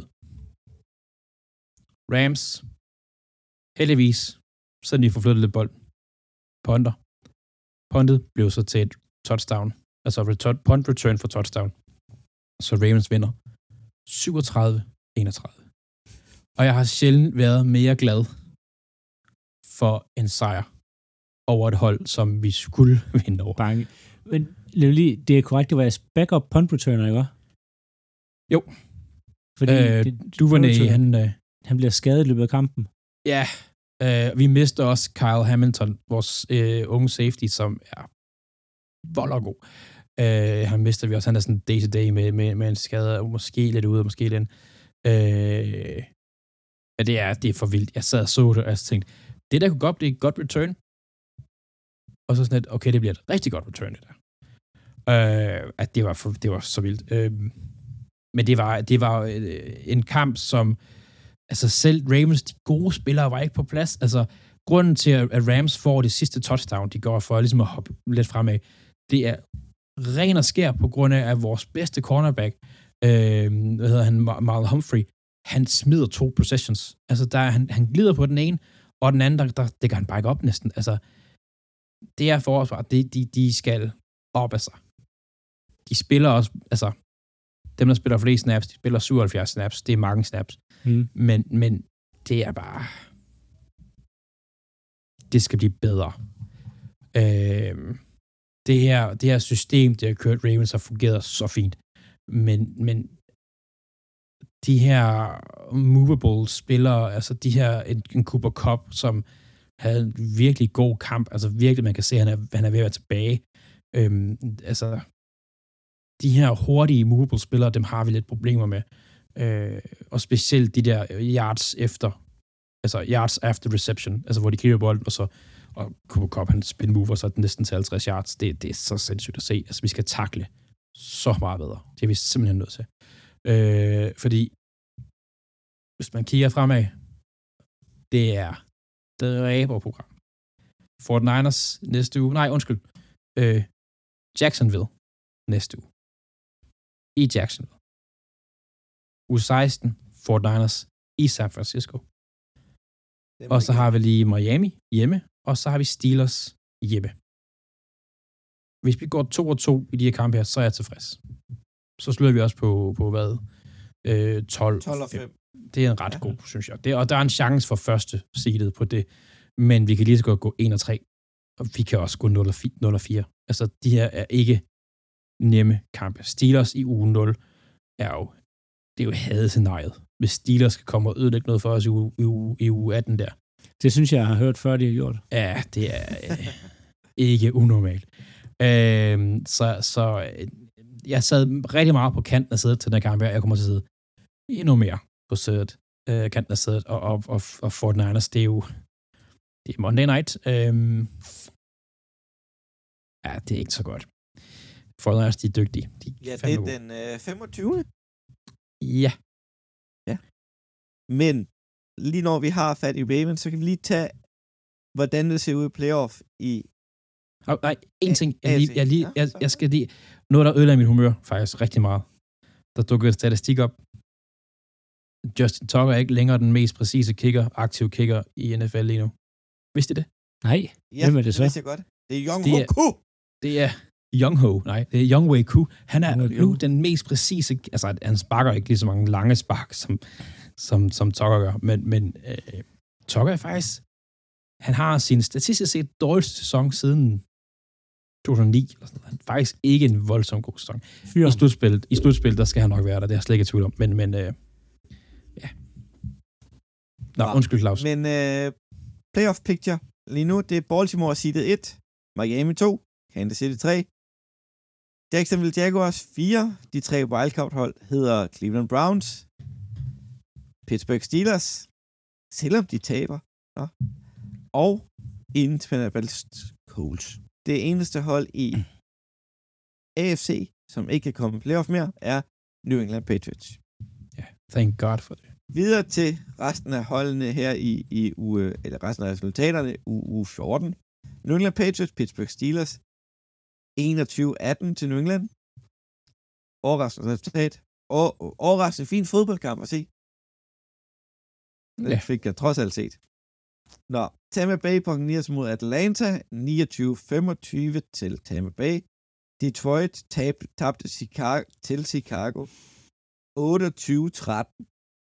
Rams, heldigvis, så de får flyttet lidt bold. Punter. Puntet blev så til et touchdown, altså return, punt return for touchdown. Så Ravens vinder syvogtredive enogtredive. Og jeg har sjældent været mere glad for en sejr over et hold, som vi skulle vinde over. Bange. Men lige, det er korrekt, det var jeres backup punt returner, ikke? Jo. Fordi øh, det, Duvernay, han... Øh, han bliver skadet i løbet af kampen. Ja, øh, vi mister også Kyle Hamilton, vores øh, unge safety, som er voldergod. Øh, han mister vi også, han er sådan day-to-day med, med, med en skade, og måske lidt ude, og måske lidt. Øh, ja, det er, det er for vildt. Jeg sad og så det, og jeg tænkte, det der kunne godt blive et godt return. Og så sådan lidt, okay, det bliver et rigtig godt return, det der. Øh, at det var, for, det var så vildt. Øh, men det var, det var øh, en kamp, som altså selv Ravens, de gode spillere, var ikke på plads. Altså, grunden til, at Rams får det sidste touchdown, de går for ligesom at hoppe lidt fremad, det er ren og skær på grund af, at vores bedste cornerback, øh, hvad hedder han, Marlon Humphrey, han smider to possessions. Altså, der, han, han glider på den ene, og den anden, der, der det kan han bare ikke op næsten. Altså, det er forsvar, de, de, de skal op af sig. De spiller også, altså, dem, der spiller flere snaps, de spiller syvoghalvfjerds snaps, det er mange snaps. Mm. Men, men det er bare... Det skal blive bedre. Øh, det, her, det her system, det har kørt Ravens, har fungeret så fint. Men, men de her movable spillere, altså de her, en, en Cooper Kupp, som havde en virkelig god kamp, altså virkelig, man kan se, at han er, han er ved at være tilbage. Øh, altså, de her hurtige movable spillere, dem har vi lidt problemer med. Øh, og specielt de der yards efter, altså yards after reception, altså hvor de kigger bolden, og så og Cooper Kupp, han spin mover, så er den næsten til halvtreds yards. Det, det er så sindssygt at se. Altså, vi skal takle så meget bedre. Det er vi simpelthen nødt til. Øh, fordi, hvis man kigger fremad, det er dræberprogram. forty-niners næste uge, nej, undskyld, øh, Jacksonville næste uge. I Jacksonville. U seksten, forty-niners i San Francisco. Og så har vi lige Miami hjemme, og så har vi Steelers hjemme. Hvis vi går to og to i de her kampe her, så er jeg tilfreds. Så slutter vi også på, på hvad? Øh, tolv. tolv og fem. Det er en ret ja. god, synes jeg. Det, og der er en chance for første seedet på det, men vi kan lige så godt gå en og tre, og vi kan også gå nul og fire. Altså, de her er ikke nemme kampe. Steelers i uge nul er jo, det er jo hadescenariet. Hvis Steelers skal komme og ødelægge noget for os i uge, i uge, i uge atten der. Det synes jeg, jeg har hørt før, de har gjort. Ja, det er øh, ikke unormalt. Øh, så, så jeg sad rigtig meget på kanten af sædet til den kamp, jeg kommer til at sidde endnu mere på sædet, øh, kanten af sædet, og, og, og, og forty-niners, det er jo det er Monday night. Øh, ja, det er ikke så godt. forty-niners, de er dygtige. De ja, det er den øh, femogtyvende Ja. Ja. Men lige når vi har fat i Ravens, så kan vi lige tage, hvordan det ser ud i playoff i... Oh, nej, en ting. Jeg, lige, jeg, lige, jeg, jeg skal lige... Noget, der ødelægger mit humør faktisk rigtig meget. Der dukker statistik op. Justin Tucker er ikke længere den mest præcise kicker, aktiv kicker i N F L lige nu. Vidste I det? Nej. Ja, Hvem er det så? Det jeg godt. Det er Young Ho Koo. Det er Young Ho, nej. Det er Young Wei Koo. Han er nu den mest præcise... Altså, han sparker ikke lige så mange lange spark, som, som, som Tucker gør. Men, men øh, Tucker er faktisk... Han har sin statistisk set dårligste sæson siden to tusind og ni. Eller sådan noget. Faktisk ikke en voldsom god sæson. I slutspillet, I slutspillet, der skal han nok være der. Det har jeg slet ikke tvivl om. Men, men øh, ja. Nå, ja, undskyld, Claus. Men øh, playoff picture lige nu, det er Baltimore seedet et, Miami to, Kansas City tre, Jacksonville Jaguars fire, de tre wildcard-hold hedder Cleveland Browns, Pittsburgh Steelers, selvom de taber, Nå. og Indianapolis Colts. Det eneste hold i A F C, som ikke kan komme i playoff mere, er New England Patriots. Ja, yeah, thank God for det. Videre til resten af holdene her i, i uge, eller resten af resultaterne, uge, uge fjorten. New England Patriots, Pittsburgh Steelers, enogtyve atten til New England. Overraskende resultat. Og overraskende fin fodboldkamp at se. Den Ja. fik jeg trods alt set. Nå, Tampa Bay Buccaneers mod Atlanta, niogtyve femogtyve til Tampa Bay. Detroit tab, tabte Chicago, til Chicago, otteogtyve tretten.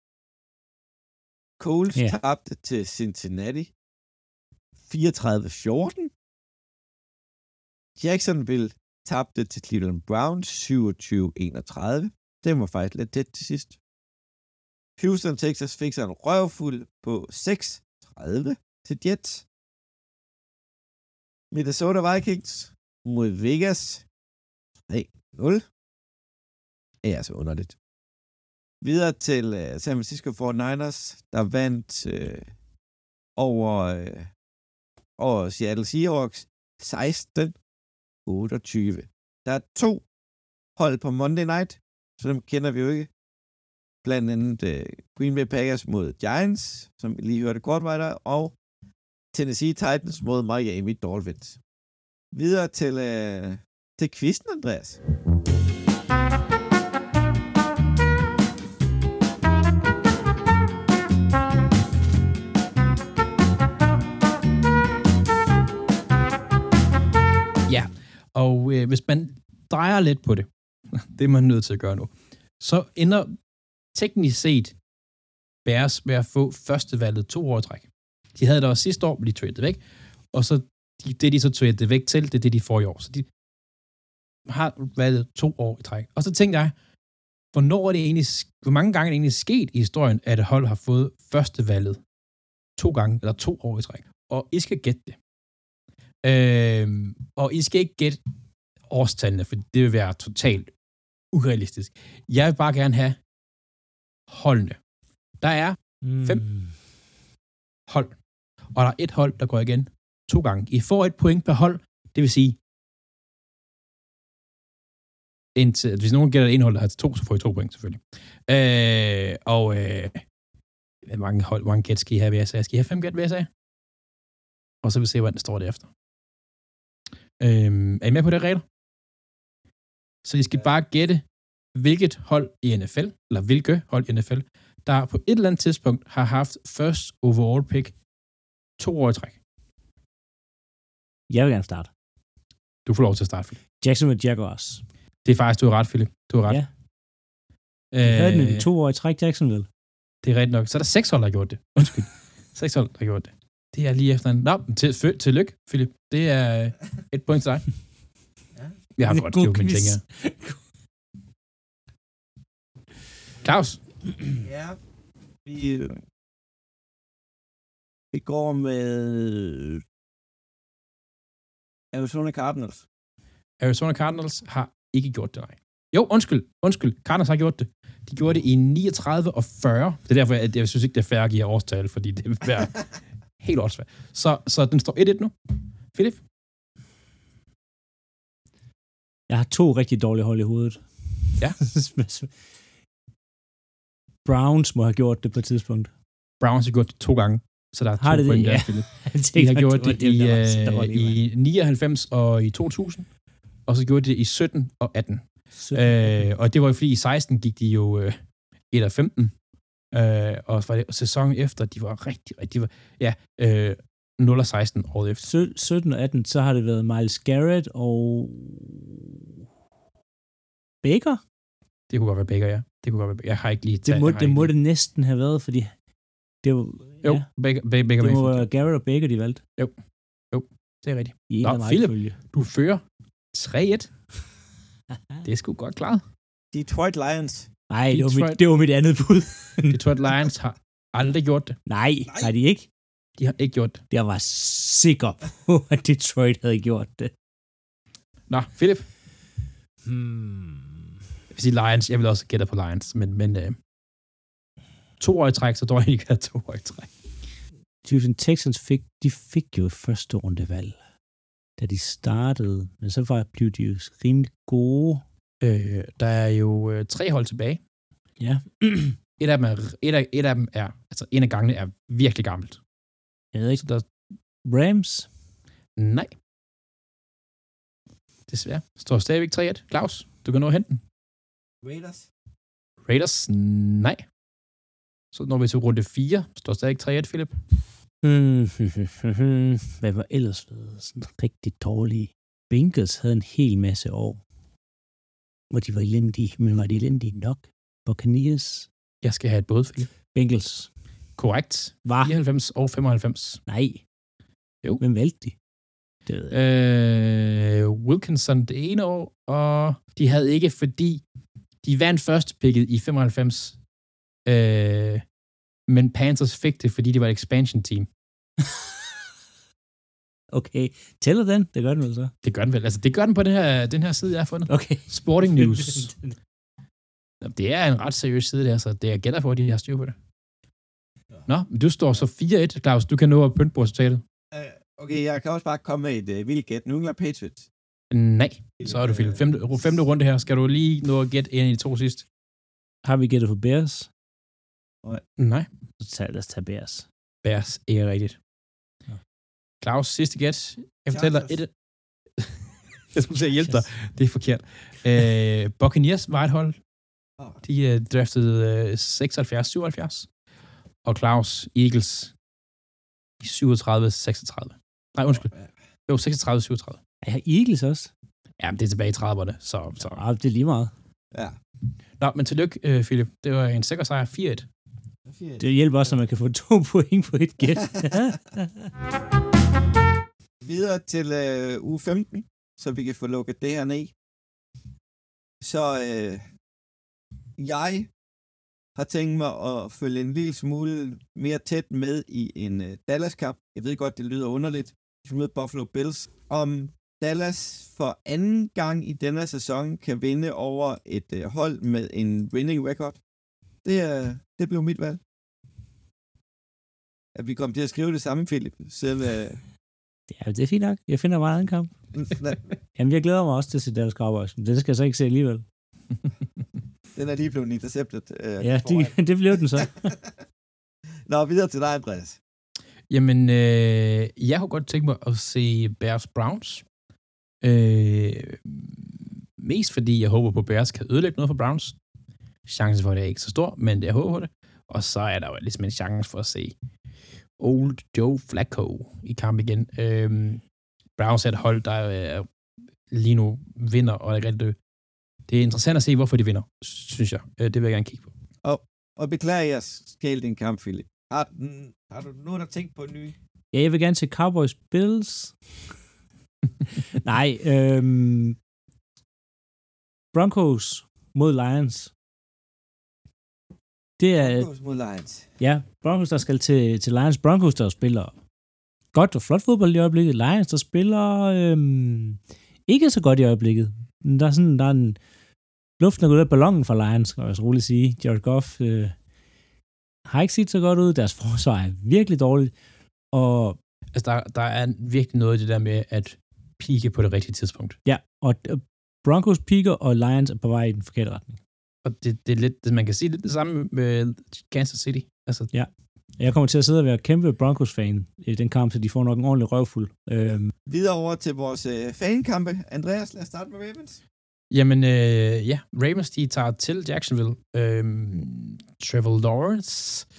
Coles Ja. tabte til Cincinnati, fireogtredive fjorten. Jacksonville tabte til Cleveland Browns, syvogtyve enogtredive. Det var faktisk lidt tæt til sidst. Houston, Texas fik sig en røvfuld på seks tredive til Jets. Minnesota Vikings mod Vegas, tre nul. Det er så underligt. Videre til uh, San Francisco forty-niners, der vandt uh, over, uh, over Seattle Seahawks, seksten otteogtyve. Der er to hold på Monday Night, så dem kender vi jo ikke. Blandt andet uh, Green Bay Packers mod Giants, som vi lige hørte kortvejder, og Tennessee Titans mod Miami Dolphins. Videre til, uh, til quizzen, Andreas. Ja, og øh, hvis man drejer lidt på det, det er man nødt til at gøre nu, så ender teknisk set Bears med at få førstevalget to år i træk. De havde det også sidste år, men de tradede væk, og så de, det, de så tradede væk til, det er det, de får i år. Så de har valget to år i træk. Og så tænkte jeg, hvornår er det egentlig, hvor mange gange er det egentlig sket i historien, at et hold har fået førstevalget to gange, eller to år i træk. Og I skal gætte det. Øhm, og I skal ikke gætte årstallene, for det vil være totalt urealistisk. Jeg vil bare gerne have holdene. Der er fem mm. hold, og der er et hold, der går igen to gange. I får et point per hold, det vil sige, indtil, hvis nogen gætter en hold, der har to, så får I to point selvfølgelig. Øh, og øh, hvor mange hold, hvor mange gæt skal I have, vil jeg sige? Skal I have fem gæt, vil jeg sige? Og så vil vi se, hvordan det står derefter. Øhm, er I med på det, regler? Så I skal bare gætte, hvilket hold i N F L, eller hvilke hold i N F L, der på et eller andet tidspunkt har haft first overall pick to år i træk. Jeg vil gerne starte. Du får lov til at starte, Philip. Jacksonville Jaguars. Det er faktisk, du har ret, Philip. Du har ret. Ja. Øh, havde den to år i træk, Jacksonville. Det er rigtigt nok. Så er der seks hold, der har gjort det. Undskyld. seks hold, der har gjort det. Det er lige efter en... Nå, til, tillykke, Philip. Det er et point til dig. Ja. Jeg har fået styr på mine ting her. Claus? Ja, vi, vi går med Arizona Cardinals. Arizona Cardinals har ikke gjort det, nej. Jo, undskyld, undskyld. Cardinals har gjort det. De gjorde det i niogtredive og fyrre. Det er derfor, jeg, jeg synes ikke, det er fair at give årstal, fordi det vil være helt årstal. Så, så den står et et nu. Philip? Jeg har to rigtig dårlige hold i hovedet. Ja. Browns må have gjort det på et tidspunkt. Browns har gjort det to gange, så der er har to det point det? der, Ja. Philip. De har gjort det, det i, uh, i nioghalvfems og i to tusind, og så gjorde de det i sytten og atten. Øh, og det var jo fordi i seksten gik de jo øh, et af femten, øh, og var det sæsonen efter, de var rigtig, rigtig, de var, ja, øh, nul og seksten året efter. sytten og atten, så har det været Myles Garrett og Baker? Det kunne godt være Baker, ja. Det kunne godt være, jeg har ikke lige taget, det må, det, må det næsten have været, fordi det var, jo, ja, Baker, Baker, Baker det må være Garrett og Baker, de valgte. Jo, jo, det er rigtigt. I Nå, Philip, du fører tre et. Det er sgu godt klaret. Detroit Lions. Nej, det var, mit, det var mit andet bud. Detroit Lions har aldrig gjort det. Nej, Nej, har de ikke? De har ikke gjort det. Jeg var sikker på, at Detroit havde gjort det. Nå, Philip. Hmm. Jeg vil sige Lions. Jeg vil også gætte på Lions, men, men øh, to år i træk, så tror jeg ikke, at to år i træk. Houston Texans fik, de fik jo første rundevalg, da de startede, men så var, blev de jo rimelig gode Øh, der er jo øh, tre hold tilbage. Ja. et, af dem er, et, af, et af dem er, altså en af gangene er virkelig gammelt. Jeg ved ikke, Så der, Rams? nej. Desværre. Står stadigvæk tre et. Claus, du kan nå at hente den. Raiders. Raiders, nej. Så når vi til runde fire, står stadig tre et, Philip. Hmm, hvad var ellers sådan rigtig dårlige? Bengals havde en hel masse år, hvor de var elendige, men var de elendige nok? Buccaneers? Jeg skal have et både, Philip. Bengals. Korrekt. Var? fireoghalvfems og femoghalvfems. Nej. Jo. Hvem valgte de? Det ved jeg. Øh, Wilkinson det ene år, og de havde ikke, fordi de vandt første picket i femoghalvfems, øh, men Panthers fik det, fordi det var et expansion team. Okay. Tæller den? Det gør den vel så? Det gør den vel. Altså, det gør den på den her, den her side, jeg har fundet. Okay. Sporting News. Det er en ret seriøs side der, så det er gætter for, at de har styr på det. Nå, du står så fire et, Claus. Du kan nå at pynte på resultatet. Uh, okay, jeg kan også bare komme med et uh, vildt gæt. New England Patriots. Nej, så er du Philip. Femte, femte runde her. Skal du lige nå at gætte en i de to sidst? Har vi gættet for Bears? Nej. Så tager, lad os tage Bears. Bears er rigtigt. Ja. Claus, sidste gæt. Jeg fortæller et... jeg skulle sige at hjælpe dig. Det er forkert. Uh, Buccaneers var et hold. De uh, draftede uh, seksoghalvfjerds syvoghalvfjerds. Og Claus, Eagles i syvogtredive seksogtredive. Nej, undskyld. Jo, seksogtredive syvogtredive. Jeg har Eagles også. Ja, men det er tilbage i trediverne, så... så. Ja, det er lige meget. Ja. Nå, men tillykke, uh, Philip. Det var en sikker sejr, fire et. Det hjælper også, når man kan få to point på et gæt. Videre til øh, uge femten, så vi kan få lukket det her ned. Så øh, jeg har tænkt mig at følge en lille smule mere tæt med i en øh, Dallas-kamp. Jeg ved godt, det lyder underligt. De møder Buffalo Bills. Om Dallas for anden gang i denne sæson kan vinde over et øh, hold med en winning record. Det, øh, det blev mit valg. At vi kommer til at skrive det samme, Philip. Selv, øh... Ja, det er fint nok. Jeg finder meget en kamp. Jamen, jeg glæder mig også til at se Dallas Cowboys. Det skal jeg så ikke se alligevel. Den er lige blevet interceptet. Øh, ja, de, det blev den så. Nå, videre til dig, Andreas. Jamen, øh, jeg kunne godt tænke mig at se Bears Browns. Øh, mest fordi jeg håber på, at Bears kan ødelægge noget for Browns. Chancen for det er ikke så stor, men jeg håber på det. Og så er der jo ligesom en chance for at se Old Joe Flacco i kamp igen. Øh, Browns er et hold, der er, lige nu vinder, og er rigtig. Det er interessant at se, hvorfor de vinder, synes jeg. Det vil jeg gerne kigge på. Og, og beklager, jeg skældte din kamp, Philip. Har, har du nogen, der tænkt på en ny? Ja, jeg vil gerne se Cowboys Bills. Nej, øhm, Broncos mod Lions. Det er, Broncos mod Lions. Ja, Broncos, der skal til, til Lions. Broncos, der spiller godt og flot fodbold i øjeblikket. Lions, der spiller øhm, ikke så godt i øjeblikket. Der er sådan, der er en luften er gået ud af ballonen for Lions, kan jeg så roligt sige. Jared Goff øh, har ikke set så godt ud. Deres forsvar er virkelig dårligt. Og altså, der, der er virkelig noget af det der med at pike på det rigtige tidspunkt. Ja, og Broncos piker, og Lions er på vej i den forkerte retning. Og det, det er lidt, man kan sige lidt det samme med Kansas City. Altså, ja. Jeg kommer til at sidde og være kæmpe Broncos-fan i den kamp, så de får nok en ordentlig røvfuld. Øhm. Videre over til vores øh, fankampe. Andreas, lad os starte med Ravens. Jamen, øh, ja. Ravens, de tager til Jacksonville. Øhm, Trevor Lawrence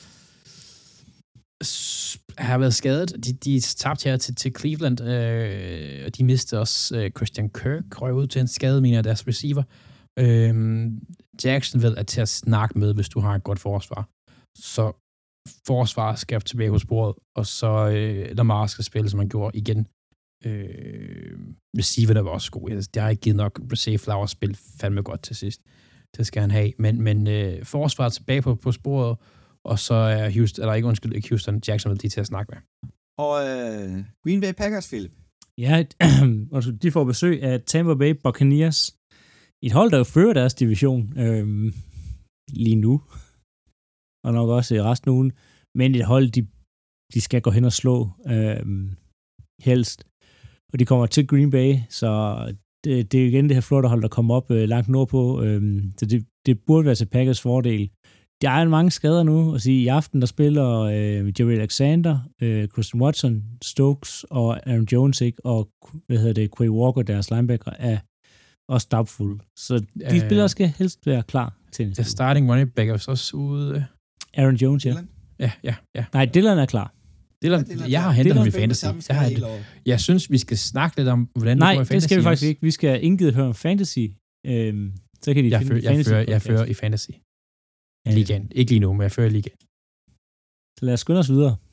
har været skadet. De, de tabte her til, til Cleveland, øh, og de mistede også øh, Christian Kirk, røg ud til en skade, mener jeg, deres receiver. Øhm, Jacksonville er til at snakke med, hvis du har et godt forsvar. Så forsvar skal tilbage hos bordet, og så øh, Lamar skal spille, som han gjorde igen. Øh, receiverne var også gode. Det har ikke givet nok. Brissett Flowers spil fandme godt til sidst. Det skal han have. Men, men øh, forsvar tilbage på, på sporet, og så er Houston, eller ikke undskyld, ikke Houston, Jacksonville, de er til at snakke med. Og øh, Green Bay Packers, Philip. Ja, de får besøg af Tampa Bay Buccaneers. Et hold, der jo fører deres division øh, lige nu, og nok også i resten af ugen, men et hold, de, de skal gå hen og slå øh, helst. Og de kommer til Green Bay, så det, det er igen det her Florida-hold, der kommer op øh, langt nordpå, øh, så det, det burde være til Packers fordel. Der er mange skader nu, og sige, i aften der spiller øh, Jerry Alexander, øh, Christian Watson, Stokes og Aaron Jones, ikke? Og hvad hedder det, Quay Walker, deres linebacker, er også doubtful. Så de øh, spillere skal helst være klar til næste uge. The starting running back er også ude. Aaron Jones, ja. Ja, ja, ja. Nej, Dillon er klar. Dillon, jeg har hentet ham i fantasy. Jeg, har, jeg synes, vi skal snakke lidt om, hvordan Nej, det går i fantasy. Nej, det skal vi faktisk ikke. Vi skal indgivet høre om fantasy. Øhm, så kan de jeg finde fører, jeg, fører, jeg fører i fantasy. Ja, ligaen. Ikke lige nu, men jeg fører i ligaen. Så lad os skynde os videre.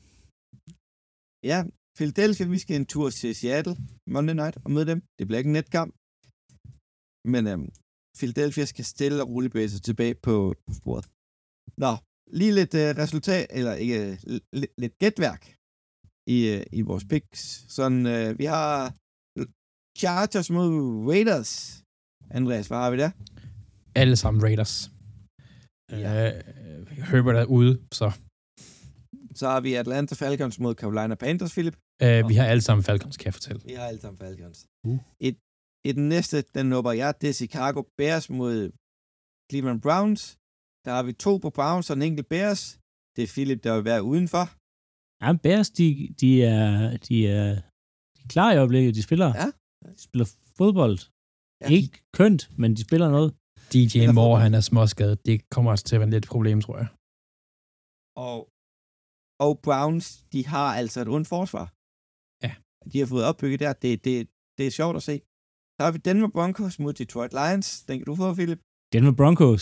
Ja, Philadelphia, vi skal en tur til Seattle Monday night og møde dem. Det bliver ikke en netkamp. Men øhm, Philadelphia skal stille og roligt bevæge sig tilbage på, på sporet. Nå, lige lidt øh, resultat, eller ikke, lidt, lidt gætværk i, øh, i vores picks. Sådan, øh, vi har Chargers mod Raiders. Andreas, hvad har vi der? Alle sammen Raiders. Ja. Uh, Herbert er ude, så... Så har vi Atlanta Falcons mod Carolina Panthers, Philip. Uh, vi har alle sammen Falcons, kan jeg fortælle. Vi har alle sammen Falcons. Uh. Et, et næste, den nubber jeg, det er Chicago Bears mod Cleveland Browns. Der har vi to på Browns og en enkelt Bears. Det er Philip, der vil være udenfor. Ja, Bears, de, de, er, de, er, de er klar i øjeblikket. De spiller, ja. de spiller fodbold. Ja. Ikke kønt, men de spiller noget. D J Moore, han er småskadet. Det kommer også til at være lidt et problem, tror jeg. Og, og Browns, de har altså et ondt forsvar. Ja. De har fået opbygget der. Det, det, det er sjovt at se. Så har vi Denver Broncos mod Detroit Lions. Den kan du få, Philip. Denver Broncos.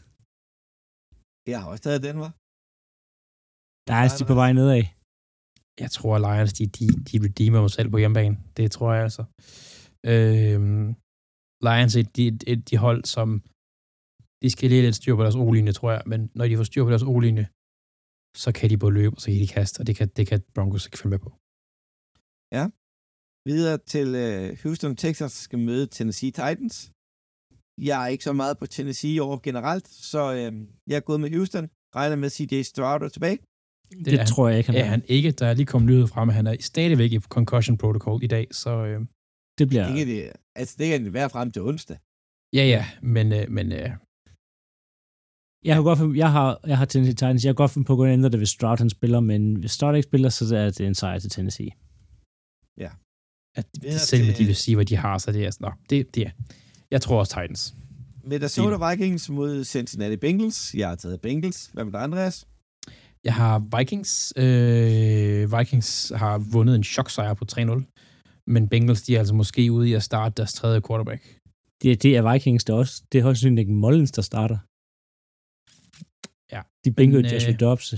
Jeg har også taget Denver. Der er de på vej nedad. Jeg tror, at Lions, de, de, de redeemer sig selv på hjemmebane. Det tror jeg altså. Øhm, Lions er de, de, de hold, som de skal lige lidt styr på deres O-linje, tror jeg. Men når de får styr på deres O-linje, så kan de både løbe, og så kan de kaste, og det kan, det kan Broncos ikke følge med på. Ja. Videre til uh, Houston, Texas skal møde Tennessee Titans. Jeg er ikke så meget på Tennessee over generelt, så øh, jeg er gået med Houston. Regner med C J Stroud er tilbage. Det, det tror jeg ikke, han er. Ja, han ikke. Der er lige kommet nyhed frem, at han er stadigvæk i concussion protocol i dag, så... Øh, det bliver... Det kan det, altså, det kan det være frem til onsdag. Ja, ja, men... Øh, men øh, jeg har godt jeg har, jeg har Tennessee Titans. Jeg har godt fundet på at gå ind og ændre det, hvis Stroud han spiller, men hvis Stroud ikke spiller, så er det en sejr til Tennessee. Ja. At det selv med de receiver, de har, så det er sådan... Nå, det, det er... Jeg tror også Titans. Minnesota Vikings mod Cincinnati Bengals. Jeg har taget Bengals. Hvad med dig, Andreas? Jeg har Vikings. Øh, Vikings har vundet en choksejr på tre nul. Men Bengals, de er altså måske ude i at starte deres tredje quarterback. Det, det er Vikings, der også. Det er højst sandsynligt ikke Mullins, der starter. Ja. De bænkede øh, Joshua Dobbs.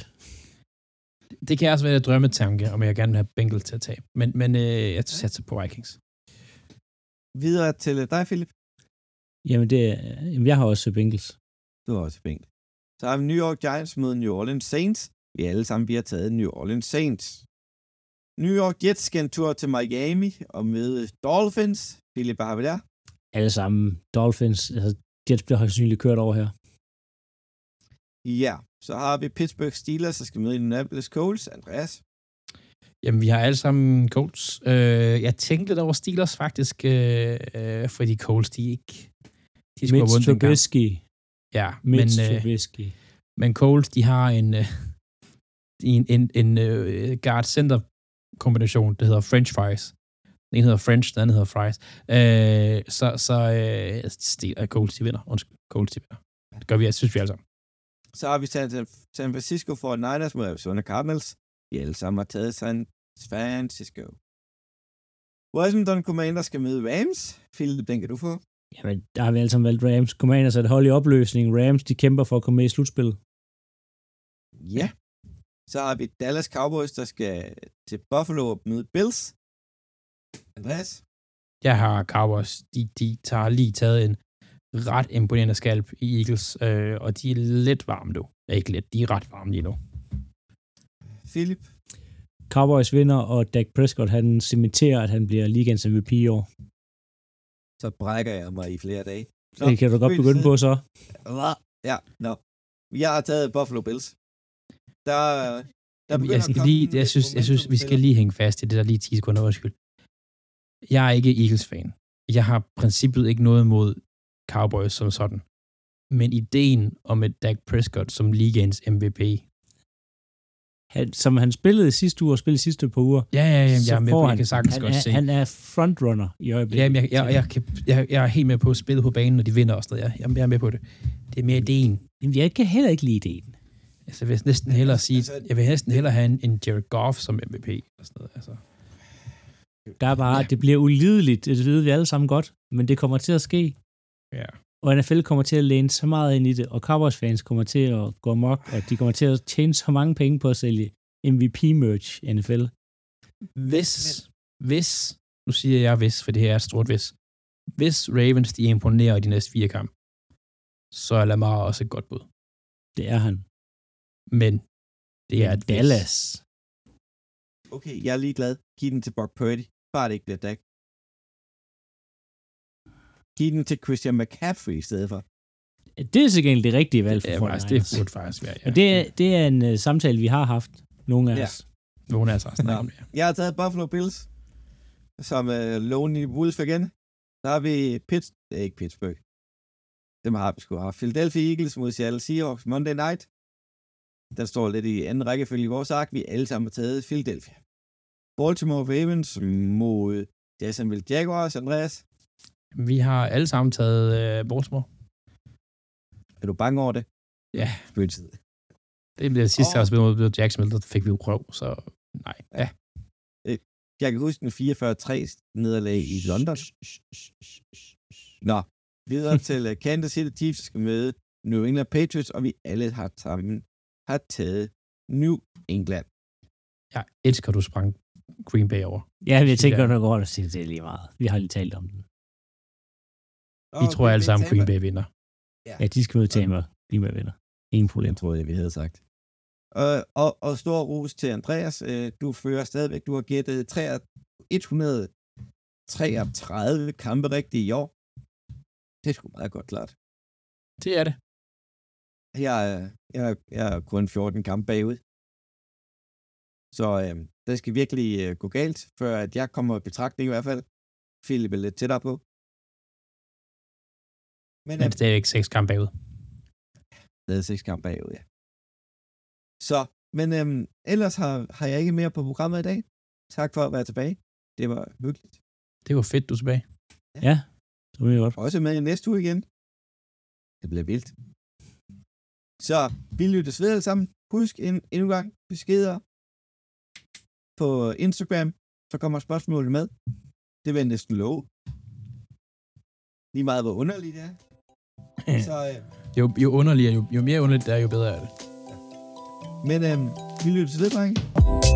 Det kan også være et drømmetanke, om jeg gerne vil have Bengals til at tage. Men, men øh, jeg satser på Vikings. Videre til dig, Philip. Jamen, det er, jeg har også Bengals. Du har også Bengals. Så har vi New York Giants mod New Orleans Saints. Vi alle sammen vi har taget New Orleans Saints. New York Jets skal en tur til Miami og møde Dolphins. Philip, hvad har vi der? Alle sammen Dolphins. Altså, Jets bliver højst sandsynligt kørt over her. Ja, så har vi Pittsburgh Steelers, der skal møde Indianapolis Colts. Andreas? Jamen, vi har alle sammen Colts. Uh, jeg tænkte lidt over Steelers faktisk, uh, fordi Colts, de ikke... De skulle have vundet en kamp. Ja, Mitch men, Trubisky. Uh, men Colts, de har en, uh, en, en, en uh, guard-center-kombination, der hedder French fries. Den ene hedder French, den anden hedder fries. Uh, så så uh, Colts, de vinder. Undskyld, Colts, de vinder. Det gør vi, jeg synes vi alle sammen. Så har vi San Francisco forty-niners mod Arizona Cardinals. Vi alle sammen har taget San Francisco. Washington Commanders skal møde Rams. Philip, den kan du få. Jamen, der har vi alle sammen valgt Rams. Commanders er et hold i opløsning. Rams, de kæmper for at komme med i slutspillet. Ja. Så har vi Dallas Cowboys, der skal til Buffalo og møde Bills. Andreas? Jeg har Cowboys. De, de tager lige taget en ret imponerende skalp i Eagles, øh, og de er lidt varme nu. Ja, ikke lidt, de er ret varme lige nu. Philip? Cowboys vinder, og Dak Prescott, han cementerer, at han bliver ligaens M V P i år. Så brækker jeg mig i flere dage. Så, det kan du godt begynde på, så. Ja, no. Jeg har taget Buffalo Bills. Der, der jeg, skal lige, jeg, synes, jeg synes, vi skal lige hænge fast i det der lige ti sekunder, undskyld. Jeg er ikke Eagles-fan. jeg har princippet ikke noget mod Cowboys som sådan. Men ideen om et Dak Prescott som ligaens M V P. Han, som han spillede sidste uge og spillede sidste par uger. Ja, ja, ja, jeg er med på, han, jeg kan sagtens han, godt er, se. Han er frontrunner i øjeblikket. Ja, jeg, jeg, jeg, jeg, jeg, jeg er helt med på at spille på banen, når de vinder og sådan noget. Jeg, jeg er med på det. Det er mere ideen. Jamen, jeg kan heller ikke lide ideen. Altså, jeg vil næsten hellere sige, jeg vil næsten hellere have en, en Jared Goff som M V P. Og sådan noget, altså. Der er bare, ja. Det bliver ulideligt, det ved vi alle sammen godt, men det kommer til at ske. Ja. Og N F L kommer til at læne så meget ind i det, og Cowboys-fans kommer til at gå amok, at de kommer til at tjene så mange penge på at sælge M V P-merch i N F L. Hvis, hvis, nu siger jeg hvis, for det her er et stort hvis, hvis Ravens de imponerer i de næste fire kampe, så er Lamar også et godt bud. Det er han. Men det er et Dallas. Okay, jeg er lige glad. Giv den til Brock Purdy. Bare det ikke bliver Dak. Giv den til Christian McCaffrey i stedet for. Det er sikkert det rigtige valg for ja, folk. Det burde faktisk være, ja. Og det er, det er en uh, samtale, vi har haft. Nogle af ja. os. Nogle af os har snakket om det. Jeg har taget Buffalo Bills, som uh, Lonely Wolf igen. Så har vi Pitts, det er ikke Pittsburgh. Dem har vi sgu haft. Philadelphia Eagles mod Seattle Seahawks Monday Night. Den står lidt i anden rækkefølge i vores ark. Vi alle sammen har taget Philadelphia. Baltimore Ravens mod Jacksonville Jaguars, Andreas. Vi har alle sammen taget uh, Baltimore. Er du bange over det? Ja. Spøgtid. Det bliver det sidste, oh. jeg spillede mod Jacksonville, der fik vi jo krøv, så nej. Ja. Jeg kan huske en fireogfyrre tre nederlag i London. Nå, videre til Kansas City Chiefs skal møde New England Patriots, og vi alle har sammen har taget New England. Jeg elsker, du sprang Green Bay over. Ja, jeg tænker nok over at sige det lige meget. Vi har lige talt om den. Vi oh, tror alle sammen, Green Bay vinder. Ja, ja de skal møde Tampa. Green Bay vinder. Ingen problem. Det troede jeg, vi havde sagt. Og, og, og stor ros til Andreas. Du fører stadigvæk. Du har gættet et hundrede treogtredive kampe rigtigt i år. Det er sgu meget godt klart. Det er det. Jeg, jeg, jeg er kun fjorten kampe bagud. Så øh, det skal virkelig øh, gå galt, før at jeg kommer i betragtning i hvert fald. Philip er lidt tættere på. Men, Men det er ikke seks kampe bagud. Det er seks kampe bagud, ja. Så, men øhm, ellers har, har jeg ikke mere på programmet i dag. Tak for at være tilbage. Det var hyggeligt. Det var fedt, du er tilbage. Ja, ja det var godt. Også med i næste uge igen. Det bliver vildt. Så, vi lyttes ved alle sammen. Husk en, endnu en gang beskeder på Instagram. Så kommer spørgsmålet med. Det vil jeg næsten love. Lige meget, hvor underligt det er. Så, øh, jo, jo underligere, jo, jo mere underligt det er, jo bedre er det. Men øhm, vi lyttes ved, drenge.